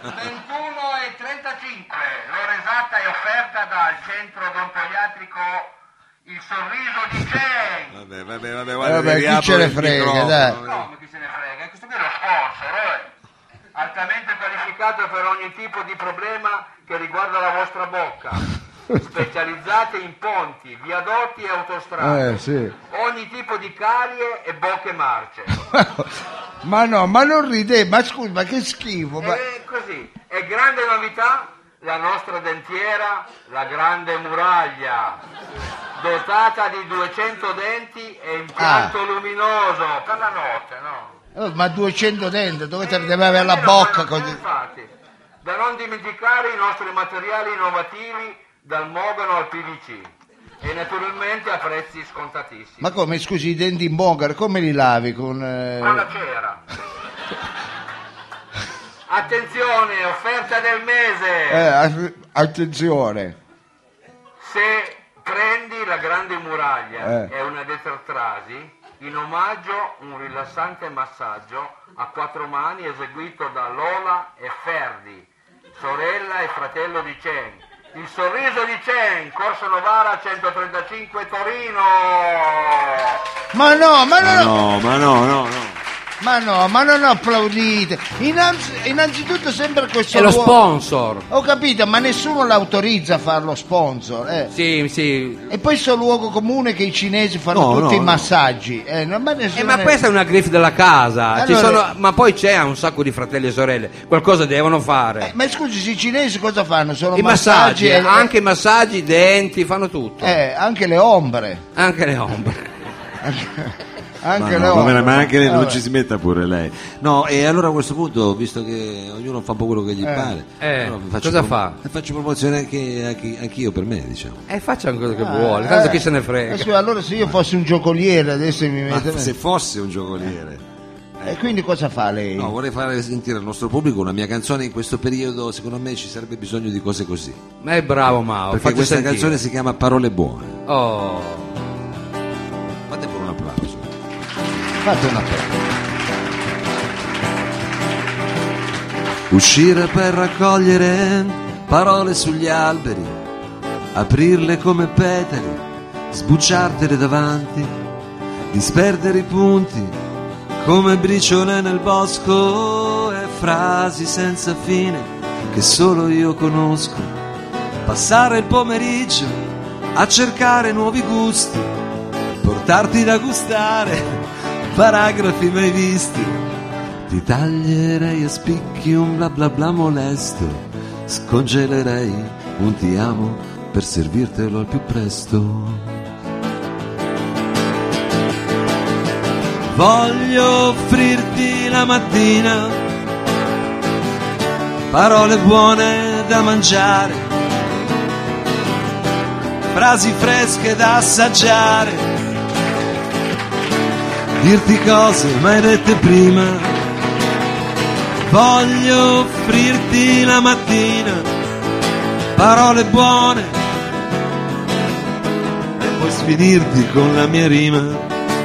L'ora esatta è offerta dal centro odontoiatrico Il Sorriso di Chen. Vabbè, Vabbè, chi ce ne frega, dai. No, ma chi se ne frega? Questo qui è lo sponsor, altamente qualificato per ogni tipo di problema che riguarda la vostra bocca. Specializzate in ponti, viadotti e autostrade. Sì. Ogni tipo di carie e bocche marce. Ma no, ma non ride, ma scusi, ma che schifo. Ma... È così. E grande novità, la nostra dentiera, la Grande Muraglia, dotata di 200 denti e impianto luminoso per la notte, no? Ma 200 denti, dove te ne deve avere la bocca così? Infatti, da non dimenticare i nostri materiali innovativi dal mogano al PVC e naturalmente a prezzi scontatissimi. Ma come, scusi, i denti in mogano, come li lavi? Con la cera. Attenzione, offerta del mese. Attenzione. Se prendi la Grande Muraglia e una Detratrasi, in omaggio un rilassante massaggio a 4 mani eseguito da Lola e Ferdi, sorella e fratello di Chen. Il Sorriso di Chen, Corso Novara 135 Torino. Ma non applaudite. Innanzitutto sembra questo è lo sponsor. Ho capito, ma nessuno l'autorizza a fare lo sponsor. Sì. E poi sto luogo comune che i cinesi fanno tutti i massaggi. Ma questa è una griffe della casa. Allora... ma poi c'è un sacco di fratelli e sorelle. Qualcosa devono fare. Ma scusi, i cinesi cosa fanno? Sono i massaggi. Anche i massaggi, denti, fanno tutto. Anche le ombre. Ma anche lei non ci si metta pure lei. No, e allora a questo punto, visto che ognuno fa un po' quello che gli pare, allora cosa fa? Faccio promozione anch'io per me, diciamo. Faccia quello che vuole, tanto chi se ne frega. Allora se io fossi un giocoliere adesso mi metto. Se fosse un giocoliere. E quindi cosa fa lei? No, vorrei fare sentire al nostro pubblico una mia canzone in questo periodo, secondo me ci sarebbe bisogno di cose così. Ma è bravo Mao. Perché questa canzone si chiama Parole Buone. Oh. Fate pure un applauso. Fate un applauso. Uscire per raccogliere parole sugli alberi, aprirle come petali, sbucciartele davanti, disperdere i punti come briciole nel bosco e frasi senza fine che solo io conosco. Passare il pomeriggio a cercare nuovi gusti, portarti da gustare paragrafi mai visti. Ti taglierei a spicchi un bla bla bla molesto, scongelerei un ti amo per servirtelo al più presto. Voglio offrirti la mattina parole buone da mangiare, frasi fresche da assaggiare, dirti cose mai dette prima. Voglio offrirti la mattina parole buone e poi sfinirti con la mia rima.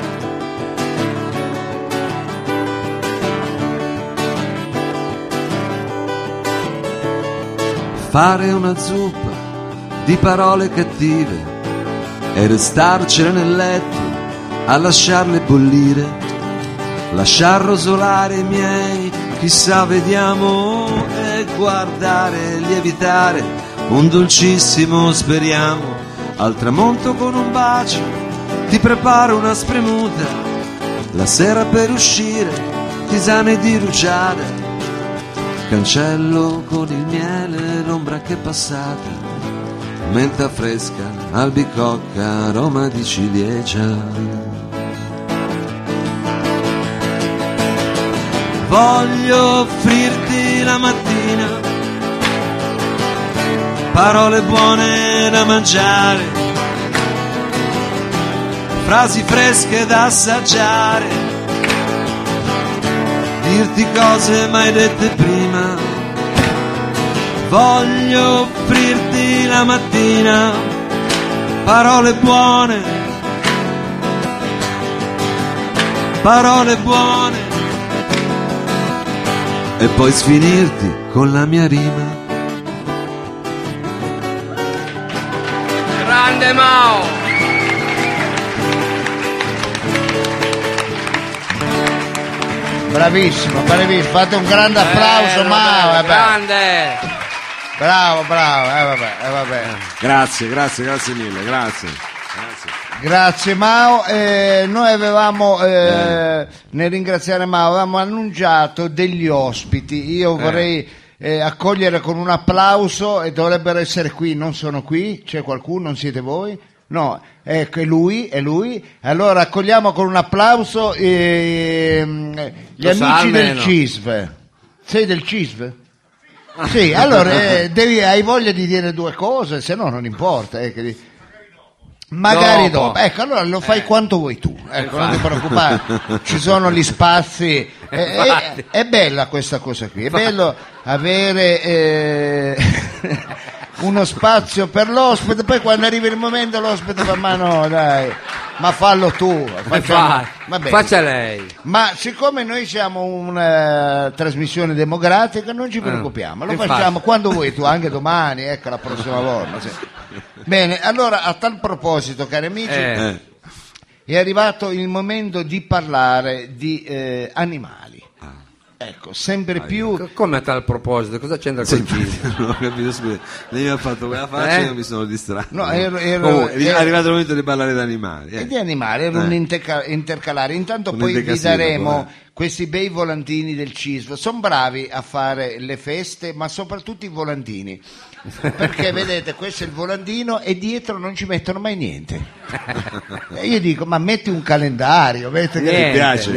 Fare una zuppa di parole cattive e restarcene nel letto a lasciarle bollire, lasciar rosolare i miei chissà vediamo e guardare, lievitare un dolcissimo speriamo. Al tramonto con un bacio ti preparo una spremuta, la sera per uscire tisane di rugiada, cancello con il miele l'ombra che è passata, menta fresca, albicocca, aroma di ciliegia. Voglio offrirti la mattina parole buone da mangiare, frasi fresche da assaggiare, dirti cose mai dette prima. Voglio offrirti la mattina parole buone, parole buone e poi sfinirti con la mia rima. Grande Mao! Bravissimo, bravissimo, fate un grande applauso, Mao. Grande! Bravo, vabbè. Grazie mille, grazie. Grazie Mao, noi avevamo, nel ringraziare Mao, avevamo annunciato degli ospiti, io vorrei accogliere con un applauso, e dovrebbero essere qui, non sono qui, c'è qualcuno, non siete voi? No, ecco, è lui, allora accogliamo con un applauso gli amici del CISV. Sei del CISV? Sì, allora hai voglia di dire due cose, se no non importa, magari dopo. Ecco, allora lo fai quanto vuoi tu, ecco, non ti preoccupare, ci sono gli spazi, è bella questa cosa qui, è bello avere uno spazio per l'ospite, poi quando arriva il momento l'ospite fa ma no dai, ma fallo tu, faccia lei. Ma siccome noi siamo una trasmissione democratica non ci preoccupiamo, lo facciamo quando vuoi tu, anche domani, ecco, la prossima volta, sì. Bene, allora a tal proposito, cari amici, è arrivato il momento di parlare di animali. Ecco, sempre più. Come a tal proposito? Cosa c'entra col CISV? Non ho capito, scusa. Lei mi ha fatto quella faccia e io mi sono distratto. No, è arrivato il momento di parlare di animali. Di animali, era un intercalare. Intanto poi vi daremo questi bei volantini del CISV. Sono bravi a fare le feste, ma soprattutto i volantini. Perché vedete, questo è il volantino e dietro non ci mettono mai niente. E io dico, ma metti un calendario, ti piace?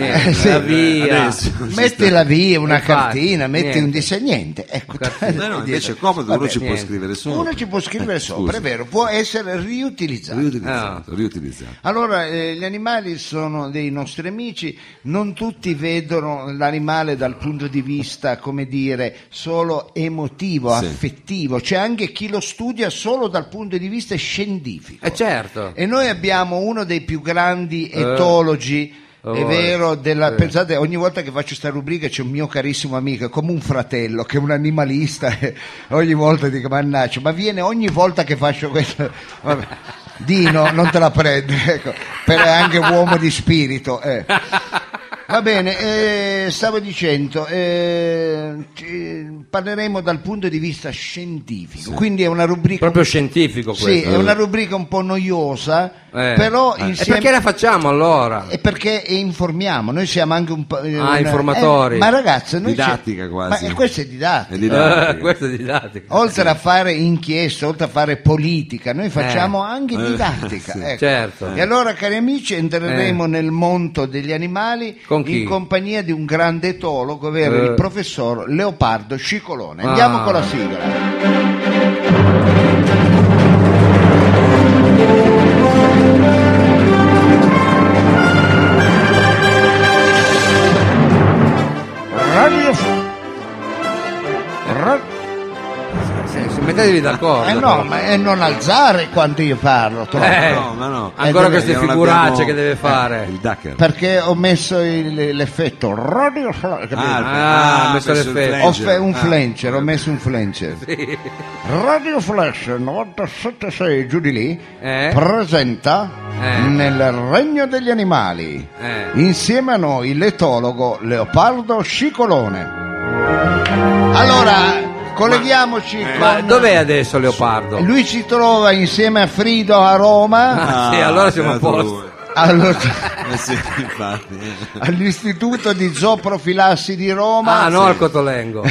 Metti la via, una cartina, metti un disegno, niente. Ecco, no, invece è comodo, uno ci può scrivere sopra. Uno ci può scrivere sopra, è vero, può essere riutilizzato. Allora, gli animali sono dei nostri amici, non tutti vedono l'animale dal punto di vista, come dire, solo emotivo, affettivo. C'è anche chi lo studia solo dal punto di vista scientifico. Certo. E noi abbiamo uno dei più grandi etologi, è vero, pensate, ogni volta che faccio sta rubrica c'è un mio carissimo amico, come un fratello, che è un animalista, e ogni volta dico, mannaggia, ma viene ogni volta che faccio questo. Vabbè. Dino, non te la prende, ecco, per anche uomo di spirito. Va bene, stavo dicendo, parleremo dal punto di vista scientifico, quindi è una rubrica proprio scientifico questa. Sì, è una rubrica un po' noiosa, Però E perché la facciamo allora? E perché informiamo, noi siamo anche un po'... informatori. Ma ragazzi, noi Didattica quasi. Ma questo è didattica. È didattica. Questo è didattica. Oltre a fare inchieste, oltre a fare politica, noi facciamo anche didattica. Sì, ecco. certo. E allora, cari amici, entreremo nel mondo degli animali Con chi? in compagnia di un grande etologo, ovvero il professor Leopardo Scicolone. Andiamo con la sigla. Mettetevi d'accordo. No, ma non alzare quando io parlo. No. Ancora queste non figuracce abbiamo- che deve fare. Il Ducker. Perché ho messo l'effetto radio, ha messo l'effetto. un flancher, ho messo un flancher. Sì. Radio Flash 97.6 giù di lì Eh? presenta Nel regno degli animali insieme a noi l'etologo Leopardo Scicolone. Allora colleghiamoci Ma con... dov'è adesso Leopardo? Lui si trova insieme a Frido a Roma Sì, allora siamo a posto. Sì, infatti. all'Istituto di Zooprofilassi di Roma. Ah, no, al Cotolengo.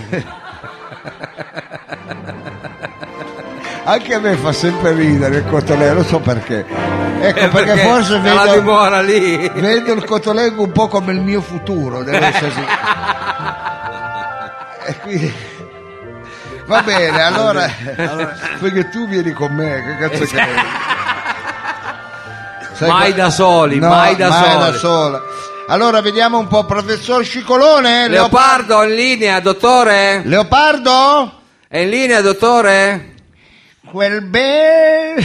Anche a me fa sempre ridere il Cotolengo, non so perché. Ecco, perché forse c'è la dimora lì. vedo il Cotolengo un po' come il mio futuro, deve essere così. E quindi... Va bene, allora perché tu vieni con me, che cazzo che Mai da soli, mai da soli. Allora vediamo un po', professor Scicolone. Leopardo in linea, dottore? Leopardo? È in linea, dottore? Quel bel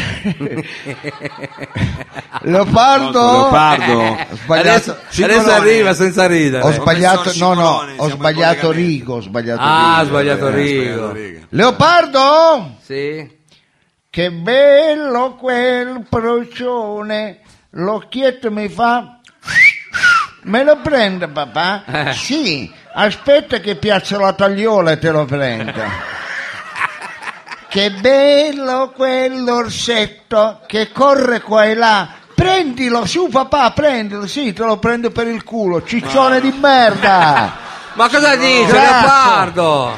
Leopardo. Sbagliato. Adesso arriva senza ridere. Ho sbagliato, ho sbagliato rigo, sbagliato rigo. Leopardo? Sì. Che bello quel procione, l'occhietto mi fa... Me lo prende papà? Sì, aspetta che piazzo la tagliola e te lo prendo. Che bello quell'orsetto che corre qua e là. Prendilo, su papà, prendilo, sì, te lo prendo per il culo, ciccione di merda. Ma cosa dice Grazie. Leopardo?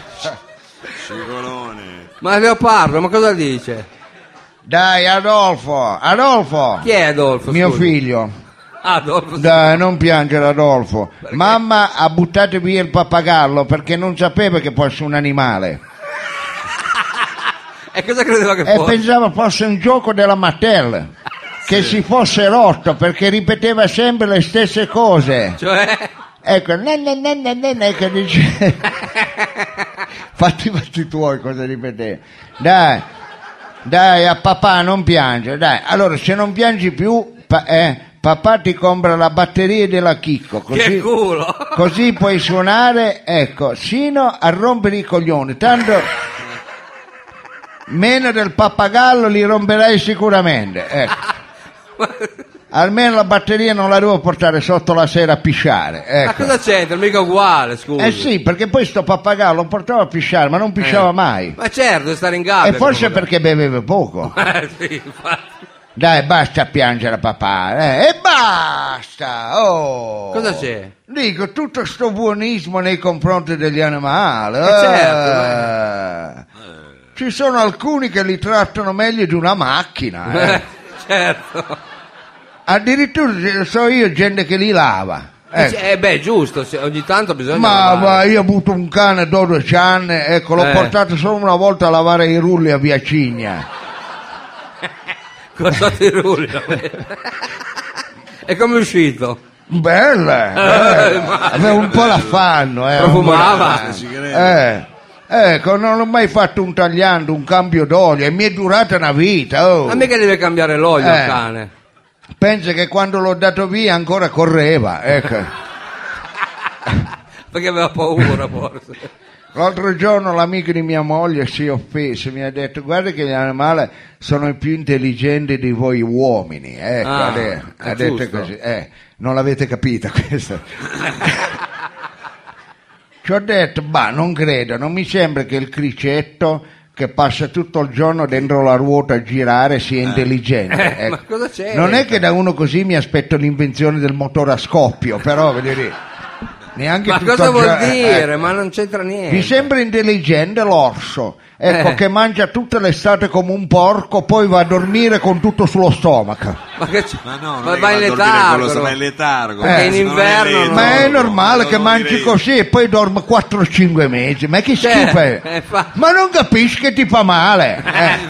Ma Leopardo, ma cosa dice? Dai, Adolfo. Chi è Adolfo? Mio scusi? figlio. Adolfo. Dai, non piangere Adolfo. Mamma ha buttato via il pappagallo perché non sapeva che fosse un animale. E cosa credeva che E fosse? pensava fosse un gioco della Mattel, che si fosse rotto perché ripeteva sempre le stesse cose. Cioè? Ecco, che dice... fatti i tuoi cosa ripeteva. Dai, a papà non piange, dai. Allora, se non piangi più, papà ti compra la batteria della Chicco, Che culo! così puoi suonare, ecco, sino a rompere i coglioni. Tanto... meno del pappagallo li romperai sicuramente, ecco. Almeno la batteria non la devo portare sotto la sera a pisciare, ecco. Ma cosa c'entra? Mica uguale, scusa. Sì, perché poi sto pappagallo lo portava a pisciare, ma non pisciava mai. Ma certo, deve stare in gabbia. E forse perché beveva poco. Sì, infatti. Dai, basta piangere papà, e basta, oh. Cosa c'è? Dico, tutto sto buonismo nei confronti degli animali. Certo, Ci sono alcuni che li trattano meglio di una macchina. Certo. Addirittura so io gente che li lava. Ecco. Beh, giusto, ogni tanto bisogna Ma lavare. io ho avuto un cane 12 anni, ecco, l'ho portato solo una volta a lavare i rulli a Via Cigna. Costato i rulli. E come è uscito? Bella, aveva un po' l'affanno. Profumava? Ecco, non ho mai fatto un tagliando, un cambio d'olio e mi è durata una vita. Oh. Ma mica deve cambiare l'olio il cane. Pensa che quando l'ho dato via ancora correva, ecco. Perché aveva paura forse. L'altro giorno l'amico di mia moglie si è offeso, mi ha detto guarda che gli animali sono i più intelligenti di voi uomini, ecco, ha detto giusto. così, non l'avete capita questa. Ci ho detto, non credo, non mi sembra che il cricetto che passa tutto il giorno dentro la ruota a girare sia intelligente. Ecco. Ma cosa c'è? Non è che da uno così mi aspetto l'invenzione del motore a scoppio, però vedete, neanche Ma tutto cosa il vuol giorno- dire? Ma non c'entra niente. Vi sembra intelligente l'orso? Ecco, che mangia tutta l'estate come un porco, poi va a dormire con tutto sullo stomaco. Ma che c'è? Ma no, non Ma è vai che in va a dormire con lo letargo. va in letargo. Perché in Se non inverno letto, no. Ma è normale no, che non mangi direi- così e poi dorme 4-5 mesi. Ma che Cioè, schifo è? fa- Ma non capisci che ti fa male?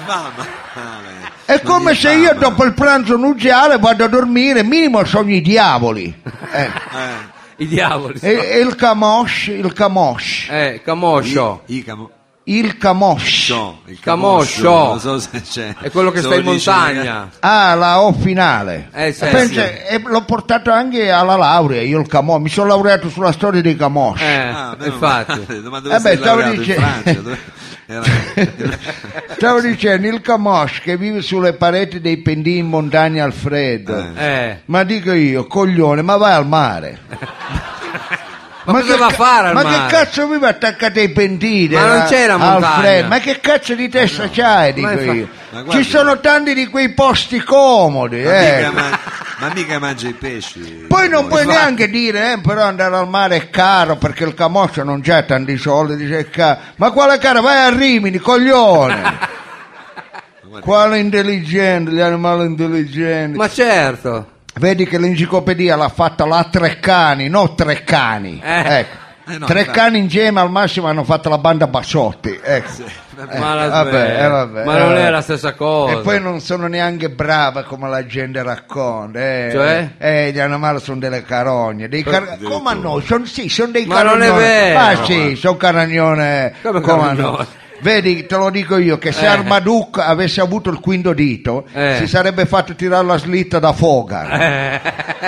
È come se io dopo il pranzo nuziale vado a dormire, minimo sogno i diavoli. I diavoli. E il camoscio, Camoscio. il camoscio. Il Camoscio. Non so se c'è. È quello che Se sta lo in dice montagna. Ah, la O finale. Sì, Pensa, sì. e l'ho portato anche alla laurea, io il camoscio. Mi sono laureato sulla storia dei camosci. Infatti. Ma dove sei stavo laureato? In dicendo- Francia? Era- Stavo dicendo, il camoscio che vive sulle pareti dei pendii in montagna al freddo. Ma dico io, coglione, ma vai al mare. Ma cosa va a fare al ma mare? che cazzo vive attaccato ai pentini? Ma non c'è la montagna. Alfredo, ma che cazzo di testa c'hai, dico io? Ma guardi- Ci sono tanti di quei posti comodi, ma mica mangia i pesci. Poi non puoi neanche dire, però andare al mare è caro perché il camoscio non c'ha tanti soldi, dice è caro. Ma quale caro? Vai a Rimini, coglione! Quale intelligente, gli animali intelligenti. Ma certo. Vedi che l'enciclopedia l'ha fatta la Treccani, no Treccani. Ecco. no, Treccani insieme al massimo hanno fatto la banda Bassotti. Ecco. Ma la vabbè, Ma non è la stessa cosa. E poi non sono neanche brava come la gente racconta. Cioè? Gli animali sono delle carogne. Come no? Sono dei Ma non caragnoni. è vero. Ah sì, sono caragnone. Come come caragnone? no? Vedi, te lo dico io, che se Armaduc avesse avuto il quinto dito si sarebbe fatto tirare la slitta da foga.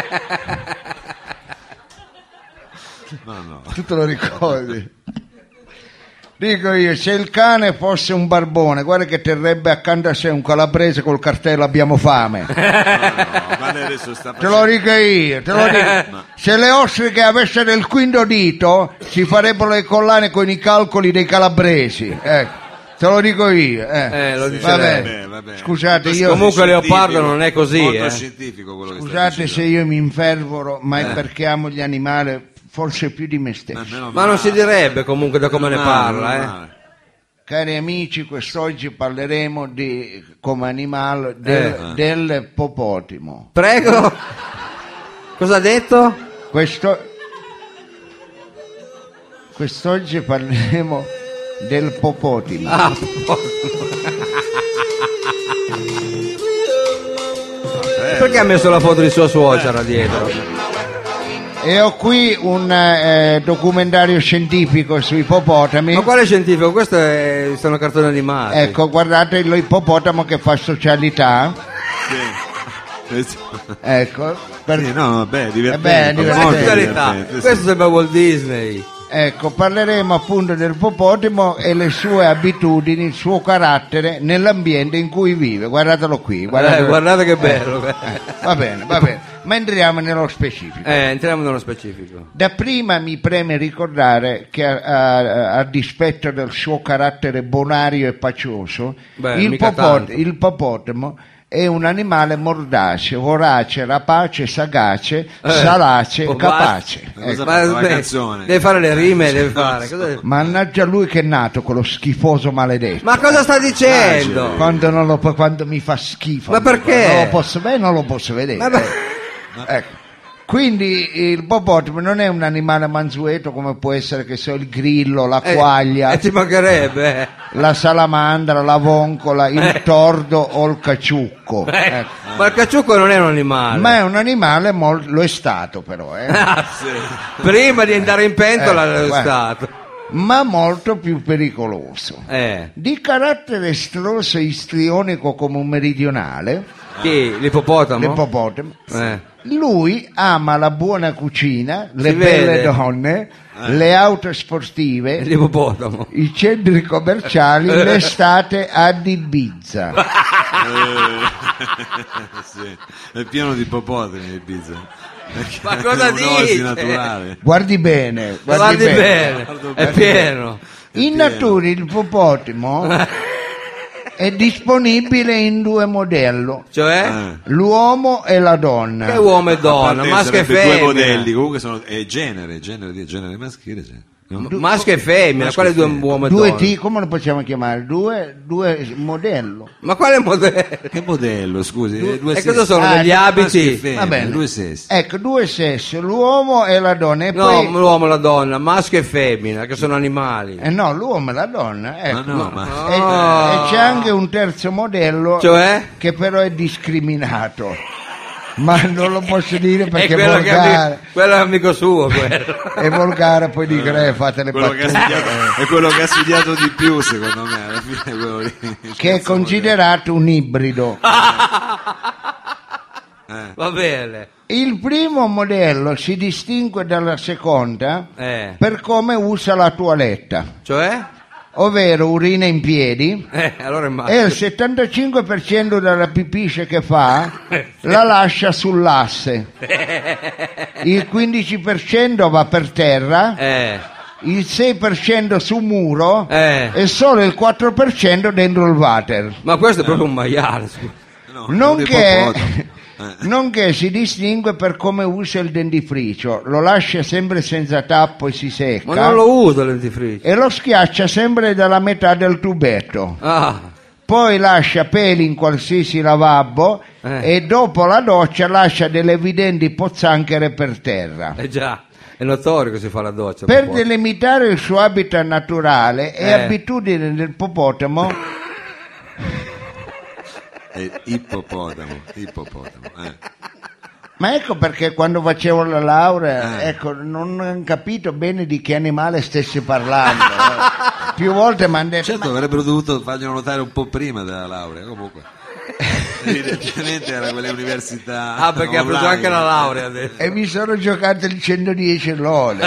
No. Tu te lo ricordi? Dico io, se il cane fosse un barbone, guarda che terrebbe accanto a sé un calabrese col cartello abbiamo fame. Ma lei adesso sta Te lo dico io, te lo dico. Se le ostriche avessero il quinto dito si farebbero le collane con i calcoli dei calabresi. Ecco, te lo dico io. Lo dice Vabbè. lei. Scusate, io Comunque Leopardo non è così. Molto scientifico quello che scusate se io mi infervoro, ma è perché amo gli animali forse più di me stesso. Ma non si direbbe comunque da come ne parla, Cari amici, quest'oggi parleremo di, come animale del popotimo. Prego. Cosa ha detto? Quest'oggi parleremo del popotimo. Perché ha messo la foto di sua suocera dietro? E ho qui un documentario scientifico sui ippopotami. Ma quale scientifico? Questo sono cartoni animati. Ecco, guardate l'ippopotamo che fa socialità. Ecco, divertente. Questo sembra Walt Disney. Ecco, parleremo appunto del ippopotamo e le sue abitudini, il suo carattere nell'ambiente in cui vive. Guardatelo qui. Guardate che bello. Va bene. Ma entriamo nello specifico. Entriamo nello specifico. Dapprima mi preme ricordare che a dispetto del suo carattere bonario e pacioso, il ippopotamo è un animale mordace, vorace, rapace, sagace, salace, capace. Deve fare le rime, deve fare. Mannaggia lui che è nato quello schifoso maledetto. Ma cosa sta dicendo? Quando mi fa schifo. Ma perché? Non lo posso vedere. Ecco. Quindi il ippopotamo non è un animale mansueto come può essere, che so, il grillo, la quaglia, ci mancherebbe, la salamandra, la voncola, il tordo o il caciucco. Ecco. Ma il caciucco non è un animale. Ma è un animale, lo è stato però. Prima di andare in pentola lo è stato. Ma molto più pericoloso. Di carattere estroso e istrionico come un meridionale. Chi? L'ippopotamo? L'ippopotamo. Lui ama la buona cucina, le belle donne, le auto sportive, l'ippopotamo, i centri commerciali, l'estate ad Ibiza. È pieno di ippopotami Ibiza. Ma cosa dici? Guardi bene, è pieno. In natura il ippopotamo è disponibile in 2 modelli, Cioè? l'uomo e la donna. Che uomo e donna, maschio e femmina. 2 modelli, comunque sono genere maschile, sì. No? Maschio e femmina, quale 2 uomo e Due donna? come lo possiamo chiamare? Due modello. Ma quale modello? Che modello, scusi? Due E cosa sessi. sono, degli abiti? Femmina, Va bene. 2 sessi. Ecco, 2 sessi, l'uomo e la donna. E No, poi... l'uomo e la donna, maschio e femmina, che sono animali. no, l'uomo e la donna. Ecco. Ma no, ma... E c'è anche un terzo modello, Cioè? che però è discriminato. Ma non lo posso dire perché è quello volgare. quello è amico suo, quello. È volgare, poi dico fate le quello che ha battute. studiato, è quello che ha studiato di più, secondo me, alla fine è quello lì. Che è considerato un ibrido. Va bene. Il primo modello si distingue dalla seconda per come usa la toiletta, Cioè? ovvero urina in piedi, Allora è e maschio. il 75% della pipisce che fa la lascia sull'asse, il 15% va per terra, il 6% su muro e solo il 4% dentro il water. Ma questo è proprio un maiale, scusa. Nonché si distingue per come usa il dentifricio, lo lascia sempre senza tappo e si secca, Ma non lo uso il dentifricio. e lo schiaccia sempre dalla metà del tubetto. Ah, Poi lascia peli in qualsiasi lavabo e dopo la doccia lascia delle evidenti pozzanghere per terra. già, è notorio che si fa la doccia. Per dopo. delimitare il suo habitat naturale è abitudine del ippopotamo Ippopotamo. Ma ecco perché quando facevo la laurea, ecco, non ho capito bene di che animale stessi parlando. Più volte mi hanno detto: Certo, avrebbero dovuto farglielo notare un po' prima della laurea, comunque. Evidentemente era quelle università. Ah, perché ha preso online. anche la laurea adesso. e mi sono giocato il 110 LOL.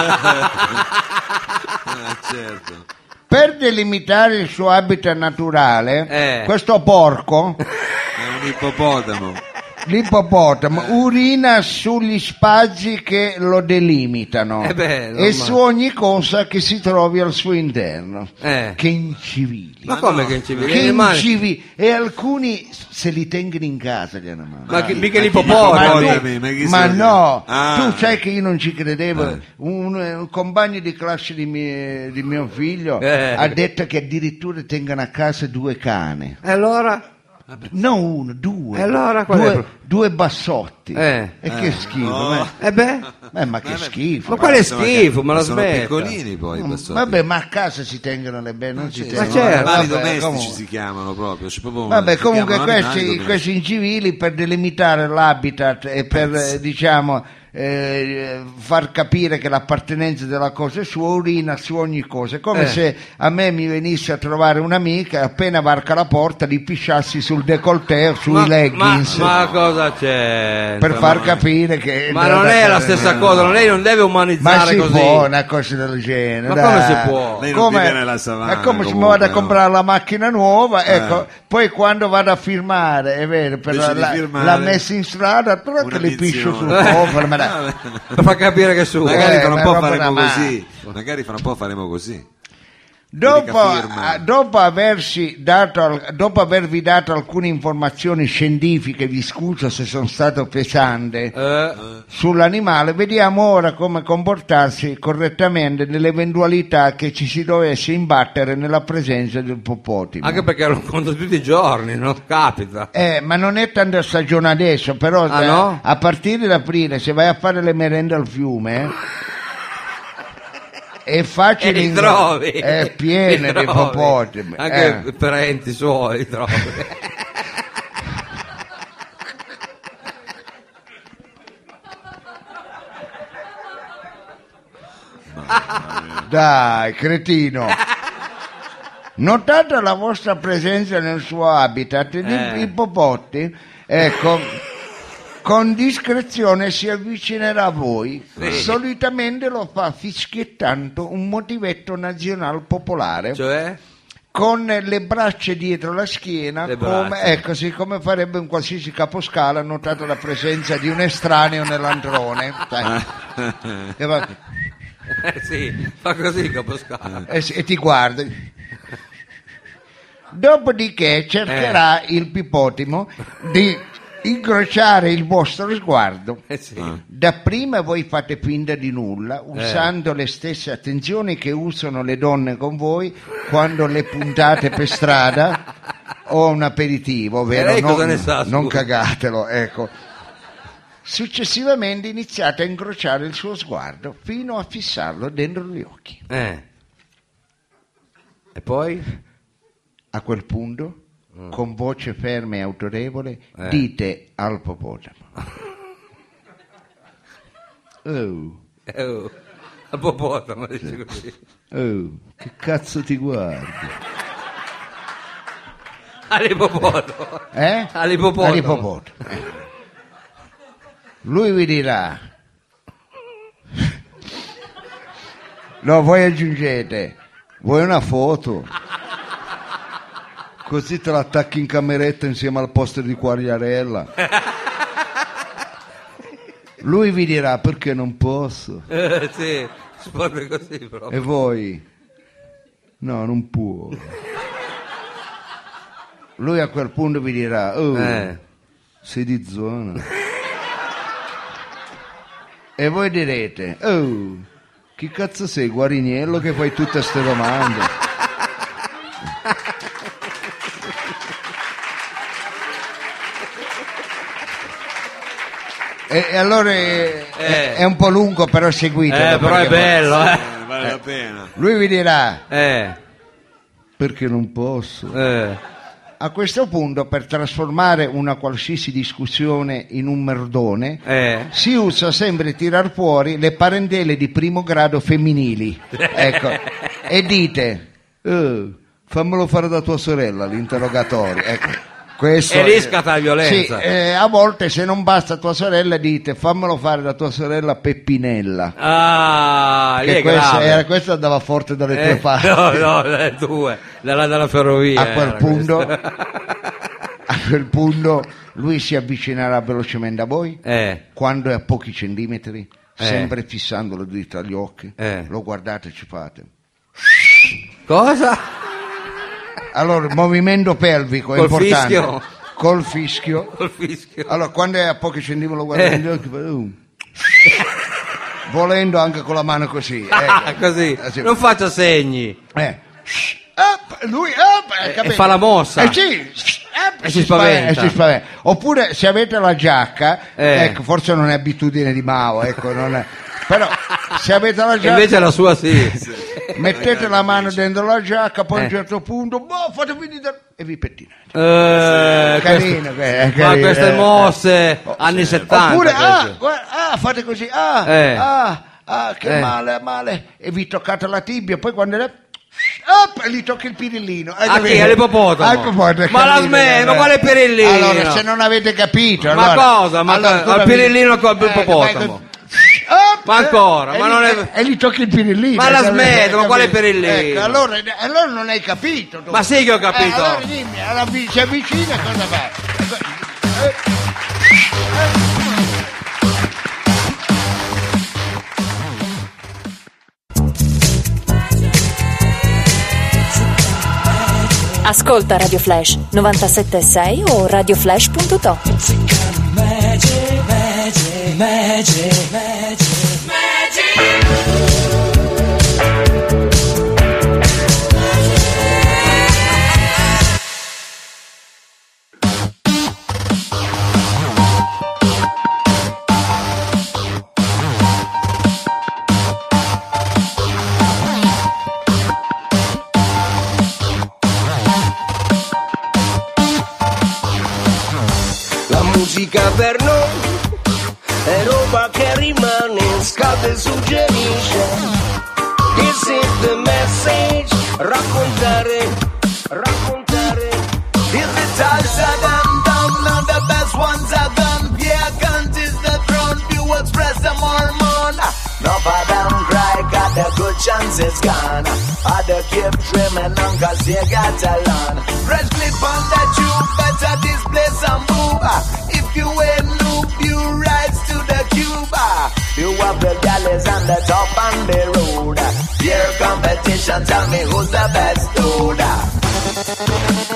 Certo. Per delimitare il suo habitat naturale, questo porco, È un ippopotamo. l'ippopotamo, urina sugli spazi che lo delimitano e su ogni cosa che si trovi al suo interno. Che incivili. Ma come che incivili? Che Animali- incivili. E alcuni se li tengono in casa gli animali. Ma mica l'ippopotamo. Ma no, Ah. tu sai che io non ci credevo. Un compagno di classe di mio figlio ha detto che addirittura tengono a casa 2 cani. E allora? Non uno, 2. E allora qual è? Due bassotti. E che schifo. Ma che schifo. Ma quale schifo? Ma la sono smetta. piccolini poi i bassotti. Vabbè, ma a casa si tengono le bene, non si tengono. certo. Animali Vabbè, domestici comunque. si chiamano proprio. C'è proprio Vabbè, si comunque chiamano animali questi domestici. incivili, per delimitare l'habitat e per diciamo far capire che l'appartenenza della cosa è sua, urina su ogni cosa. È come se a me mi venisse a trovare un'amica e appena varca la porta li pisciassi sul décolleté, sui leggings, Ma cosa c'è? per far capire che Ma non è la stessa cosa, lei non deve ma umanizzare si così. può una cosa del genere. Ma dai. come si può? Lei non vive nella savana, È come se mi comunque, vado a no? comprare la macchina nuova, ecco, poi quando vado a firmare, è vero, per Invece di la firmare, messa in strada, però che li piscio sul missione. cofano. Ma dai. Per far capire che è suo. Magari fra un ma po' roba faremo da così. Magari fra un po' faremo così. Dopo avervi dato alcune informazioni scientifiche, vi scuso se sono stato pesante sull'animale, vediamo ora come comportarsi correttamente nell'eventualità che ci si dovesse imbattere nella presenza del ippopotamo. Anche perché lo conto tutti i giorni, non capita. Ma non è tanto stagione adesso, però no? a partire da aprile, se vai a fare le merende al fiume, è facile, li trovi. è pieno Li di trovi. ippopotami. Anche parenti suoi trovi. Dai, cretino. Notata la vostra presenza nel suo habitat, gli ippopoti, ecco, con discrezione si avvicinerà a voi. Solitamente lo fa fischiettando un motivetto nazionale popolare. Cioè? Con le braccia dietro la schiena, così come farebbe un qualsiasi caposcala, notato la presenza di un estraneo nell'androne. E va- Sì, fa così Caposcala. e ti guarda. Dopodiché cercherà il Pippotimo di incrociare il vostro sguardo. Dapprima voi fate finta di nulla, usando le stesse attenzioni che usano le donne con voi quando le puntate per strada o un aperitivo, vero? Non cagatelo, ecco. Successivamente iniziate a incrociare il suo sguardo fino a fissarlo dentro gli occhi. E poi? A quel punto, con voce ferma e autorevole, dite al Popotamo: al Popotamo dice così. Che cazzo ti guardi? All'ippopotamo. All'ippopotamo. Lui vi dirà: no, voi aggiungete: vuoi una foto? Così te l'attacchi in cameretta insieme al poster di Quagliarella. Lui vi dirà: perché non posso? Sì, si proprio così proprio. E voi? No, non può. Lui a quel punto vi dirà: sei di zona. E voi direte: chi cazzo sei, Guariniello, che fai tutte queste domande? E allora è un po' lungo, però seguitelo. Però è bello, vale la pena. Lui vi dirà: perché non posso? A questo punto, per trasformare una qualsiasi discussione in un merdone, si usa sempre tirar fuori le parentele di primo grado femminili. Ecco. E dite: fammelo fare da tua sorella l'interrogatorio. Ecco. E lì scatta la violenza. Sì, a volte, se non basta tua sorella, dite: fammelo fare da tua sorella Peppinella. Lì è questa andava forte dalle tue parti. No, le tue, dalla ferrovia. A quel punto lui si avvicinerà velocemente a voi, quando è a pochi centimetri, sempre fissandolo dritto agli occhi. Lo guardate e ci fate: cosa? Allora, il movimento pelvico è importante. Col fischio. Allora, quando è a pochi centimetri, lo guardate negli occhi, volendo anche con la mano così. Così. Non faccia segni. Lui e fa la mossa. Sì. E si spaventa. Oppure, se avete la giacca, ecco, forse non è abitudine di Mao, ecco, non è. Però se avete la giacca, invece la sua sì. Mettete la mano dentro la giacca, poi a un certo punto fate finire e vi pettinate. Carino, ma queste mosse anni 70. Oppure fate così, che male, e vi toccate la tibia, poi quando gli tocca il pirillino. All'ippopotamo. Ma la smetti, ma quale pirillino? Allora, se non avete capito, ma cosa? Ma il pirillino con l'ippopotamo. Ma ancora, ma non è. E gli tocchi il pirillino. Ma la smetto, ma quale pirillino? Ecco, allora non hai capito. Tu. Ma sì che ho capito. Allora dimmi, si avvicina, cosa fa? Ascolta Radio Flash 97.6 o radioflash.to. La musica per noi è roba che rimane, scalda e suggerisce. Is it the message? Raccontare. Is it all said and done? Now the best ones are done. Yeah, Kant is the throne. You express them hormone. No for them cry, got the good chances gone. Other keep trimming on cause they got a land. Fresh clip on the tube, better display some move. If you ain't noob, you rise to the cube. You have the galleys on the top on the road. Your competition, tell me who's the best dude.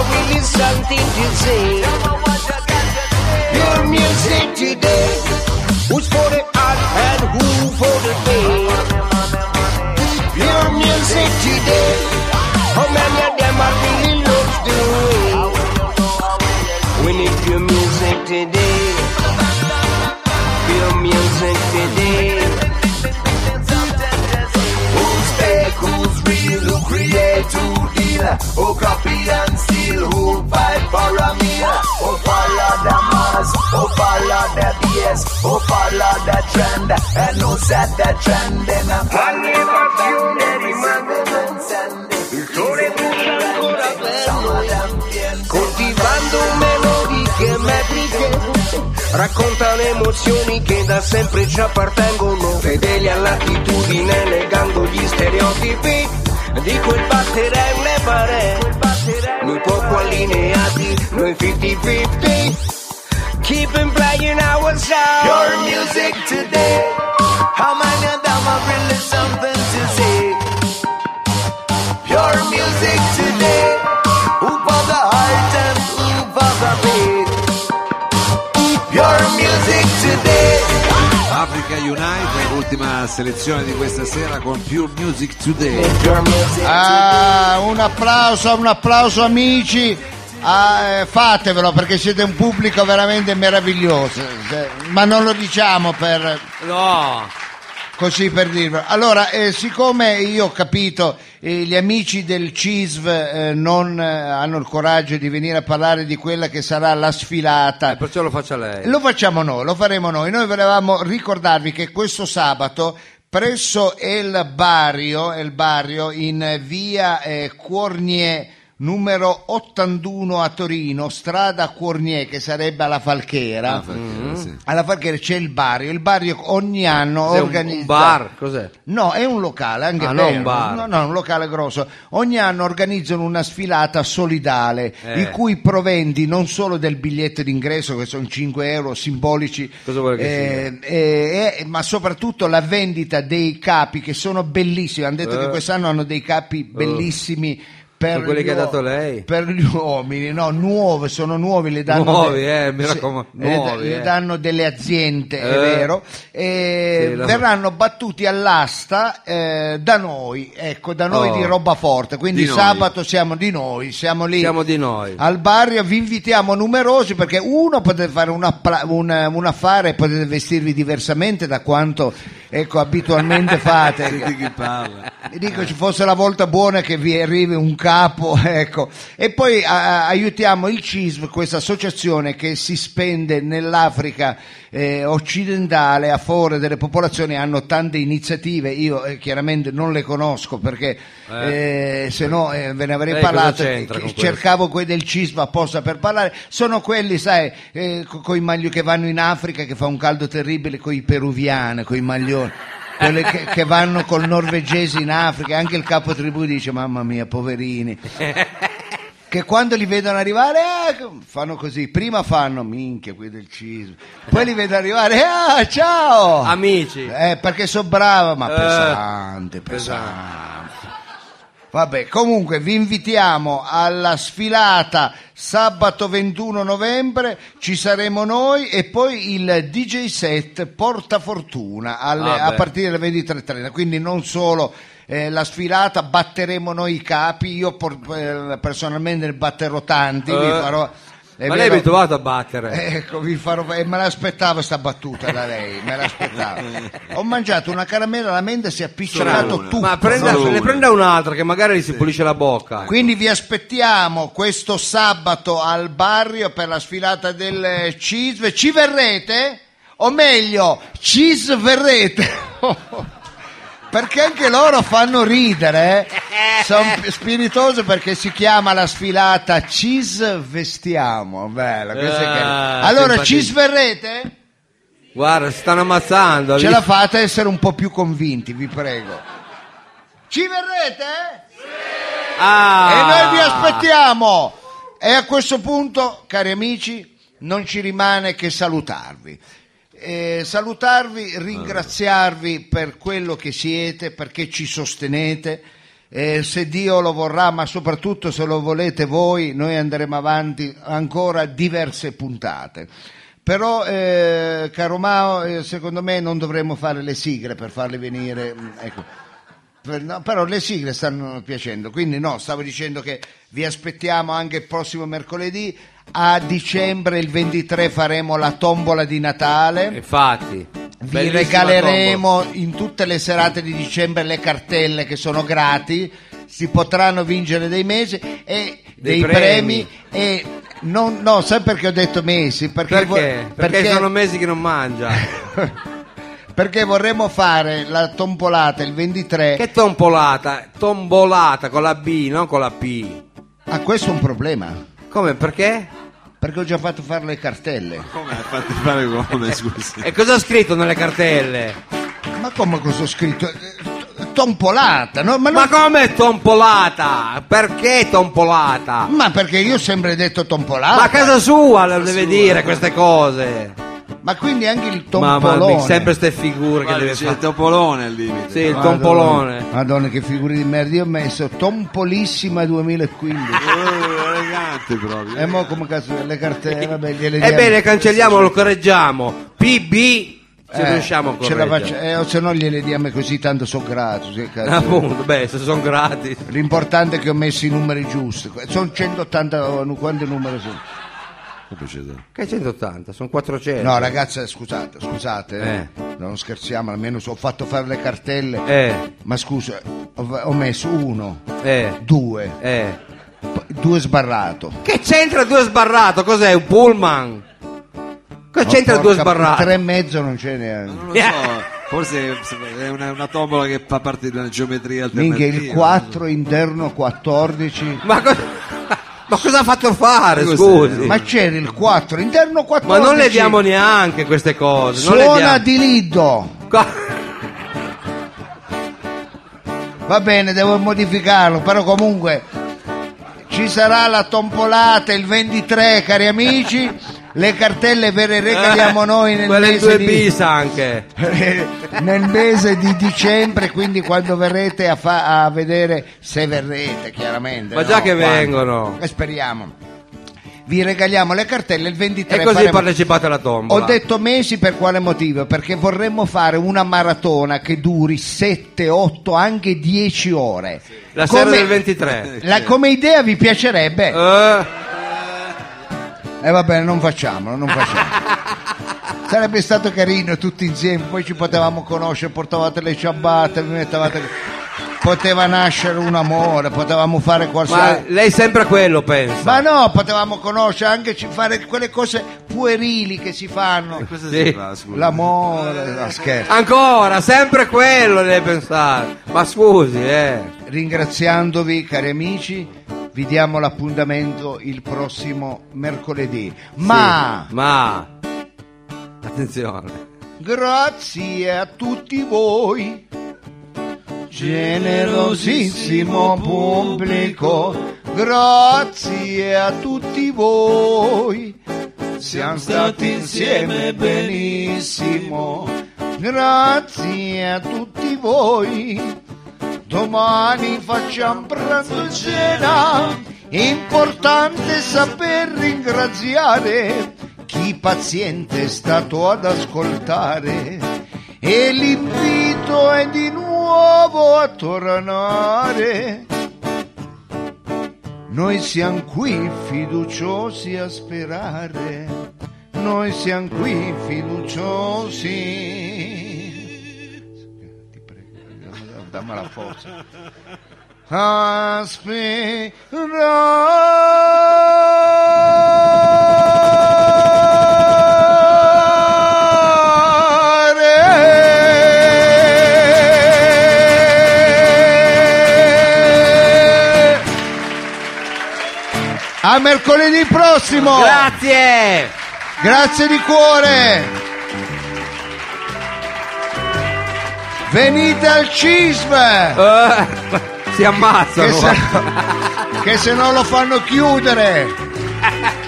really something to say. Your music today, who's for the art and who for the day? Your music today, how many of them are really love the way? We need your music today, your music today. Who's fake, who's real, who create, who deal, who copy and steal, who fight for a meal, who follow the mass, who follow the BS, who follow the trend, and who set the trend in a passione rimane il sole brucia ancora bello, coltivando melodiche metriche, raccontano emozioni che da sempre ci appartengono, fedeli all'attitudine negando gli stereotipi di quel battere le pare, noi poco allineati, noi 50-50. Keep on playing our sound. Your music today, how many of them have really something to say? Your music today, who for the heart and who for the beat? Your music today. Africa Unite, l'ultima selezione di questa sera con Pure Music Today. Un applauso amici. Fatevelo perché siete un pubblico veramente meraviglioso, ma non lo diciamo per così per dirvelo. Allora, siccome io ho capito gli amici del CISV non hanno il coraggio di venire a parlare di quella che sarà la sfilata, perciò lo faccia lei. Lo facciamo noi, lo faremo noi. Noi volevamo ricordarvi che questo sabato presso il barrio in via Cuornier numero 81 a Torino, strada Cuornier, che sarebbe alla Falchera. Sì. Alla Falchera c'è il barrio ogni anno organizza un bar, cos'è? No, è un locale, anche non vero. un bar. No, un locale grosso. Ogni anno organizzano una sfilata solidale, i cui proventi non solo del biglietto d'ingresso, che sono 5 euro simbolici, cosa vuole che sia? ma soprattutto la vendita dei capi, che sono bellissimi. Hanno detto che quest'anno hanno dei capi bellissimi. Per quelli che ha dato lei? Per gli uomini, no, sono nuovi, le danno nuovi, mi raccomando, nuovi, le danno delle aziende, è vero, sì, verranno battuti all'asta da noi, ecco, da noi di roba forte, quindi sabato siamo lì, siamo di noi. Al barrio, vi invitiamo numerosi, perché uno potete fare un affare, potete vestirvi diversamente da quanto abitualmente fate. Senti chi parla. Dico, ci fosse la volta buona che vi arrivi un capo, ecco. E poi aiutiamo il CISV, questa associazione che si spende nell'Africa occidentale a favore delle popolazioni. Hanno tante iniziative, io chiaramente non le conosco perché se no ve ne avrei parlato. Cercavo quelli del CISV apposta per parlare. Sono quelli, sai, coi maglioni che vanno in Africa, che fa un caldo terribile, coi peruviani, coi maglioni, quelle che vanno col norvegese in Africa. Anche il capo tribù dice: mamma mia, poverini. Che quando li vedono arrivare fanno così, prima fanno minchia qui del CISV, poi li vedono arrivare ciao amici, perché sono brava, ma pesante. Vabbè, comunque vi invitiamo alla sfilata sabato 21 novembre, ci saremo noi e poi il DJ set Porta Fortuna a partire dalle 23:30, quindi non solo la sfilata, batteremo noi i capi, io personalmente ne batterò tanti, vi farò. Ma lei è abituato a battere. Ecco, vi farò, me l'aspettavo sta battuta da lei, me l'aspettavo. Ho mangiato una caramella alla menta e si è appiccicato tutto. Ma ne prenda un'altra che magari gli si pulisce la bocca. Quindi vi aspettiamo questo sabato al barrio per la sfilata del CISV. Ci verrete? O meglio, CISV verrete? Perché anche loro fanno ridere, sono spiritoso, perché si chiama la sfilata CIS Vestiamo. Bella, allora ci sverrete? Guarda, si stanno ammazzando. Ce la fate a essere un po' più convinti, vi prego. Ci verrete? Sì! E noi vi aspettiamo. E a questo punto, cari amici, non ci rimane che salutarvi. Ringraziarvi per quello che siete, perché ci sostenete, se Dio lo vorrà, ma soprattutto se lo volete voi, noi andremo avanti ancora diverse puntate. Però, caro Mao, secondo me non dovremmo fare le sigle per farle venire, ecco. No, però le sigle stanno piacendo, quindi no, stavo dicendo che vi aspettiamo anche il prossimo mercoledì. A dicembre, il 23, faremo la tombola di Natale. Infatti, vi regaleremo in tutte le serate di dicembre le cartelle che sono gratis, si potranno vincere dei mesi e dei premi. E no, sai perché ho detto mesi? Perché sono mesi che non mangia. Perché vorremmo fare la tombolata il 23. Che tombolata? Tombolata con la B, non con la P. Ah, questo è un problema. Come? Perché? Perché ho già fatto fare le cartelle. Come hai fatto fare come, scusi? E cosa ho scritto nelle cartelle? Ma come cosa ho scritto? Tompolata, no? Ma come tompolata? Perché tompolata? Ma perché io ho sempre detto tompolata. Ma a casa sua lo deve dire queste cose. Ma quindi anche il tompolone. Sempre ste figure che deve fare. Il topolone al limite. Sì, il tompolone. Madonna, che figure di merda. Io ho messo Tompolissima 2015. Elegante proprio. E mo come cazzo le cartelle, vabbè, gliele diamo. Ebbene, cancelliamo, lo correggiamo. PB. Se riusciamo a correggere. O se no gliele diamo così, tanto sono gratis. Appunto, se sono gratis. L'importante è che ho messo i numeri giusti. Sono 180, quanti numeri sono? Che 180? Sono 400. No ragazzi, scusate, non scherziamo, almeno ho fatto fare le cartelle. Ma scusa, ho messo 1, 2, 2 sbarrato. Che c'entra 2 sbarrato? Cos'è, un pullman? Che c'entra 2 sbarrato? 3,5 non c'è neanche. Non lo so, forse è una tombola che fa parte di una geometria alternativa. Minchia, il 4 interno 14. Ma cosa ha fatto fare, scusi? Ma c'era il 4 interno 14. Ma non le diamo neanche queste cose. Suona di Lido. Va bene, devo modificarlo, però comunque ci sarà la tombolata il 23, cari amici. Le cartelle ve le regaliamo noi nel mese bis anche. Nel mese di dicembre, quindi quando verrete a vedere, se verrete chiaramente. Ma già che vengono. Speriamo. Vi regaliamo le cartelle il 23. E così partecipate alla tombola. Ho detto mesi per quale motivo? Perché vorremmo fare una maratona che duri 7, 8, anche 10 ore. La sera del 23. Come idea vi piacerebbe? Va bene, non facciamolo. Sarebbe stato carino tutti insieme, poi ci potevamo conoscere, portavate le ciabatte, vi mettevate, poteva nascere un amore, potevamo fare qualcosa. Ma lei sempre quello pensa? Ma no, potevamo conoscere, anche fare quelle cose puerili che si fanno. Cosa si fa, scusa? L'amore, la scherzo. Ancora, sempre quello deve pensare. Ma scusi, Ringraziandovi, cari amici, vi diamo l'appuntamento il prossimo mercoledì. Ma attenzione. Grazie a tutti voi, generosissimo pubblico. Grazie a tutti voi, siamo stati insieme benissimo. Grazie a tutti voi. Domani facciamo pranzo e cena, importante saper ringraziare chi paziente è stato ad ascoltare, e l'invito è di nuovo a tornare. Noi siamo qui fiduciosi a sperare, noi siamo qui fiduciosi. Dammi la forza. Asperare. A mercoledì prossimo. Grazie. Grazie di cuore. Venite al CISM! Si ammazzano! Che se no lo fanno chiudere!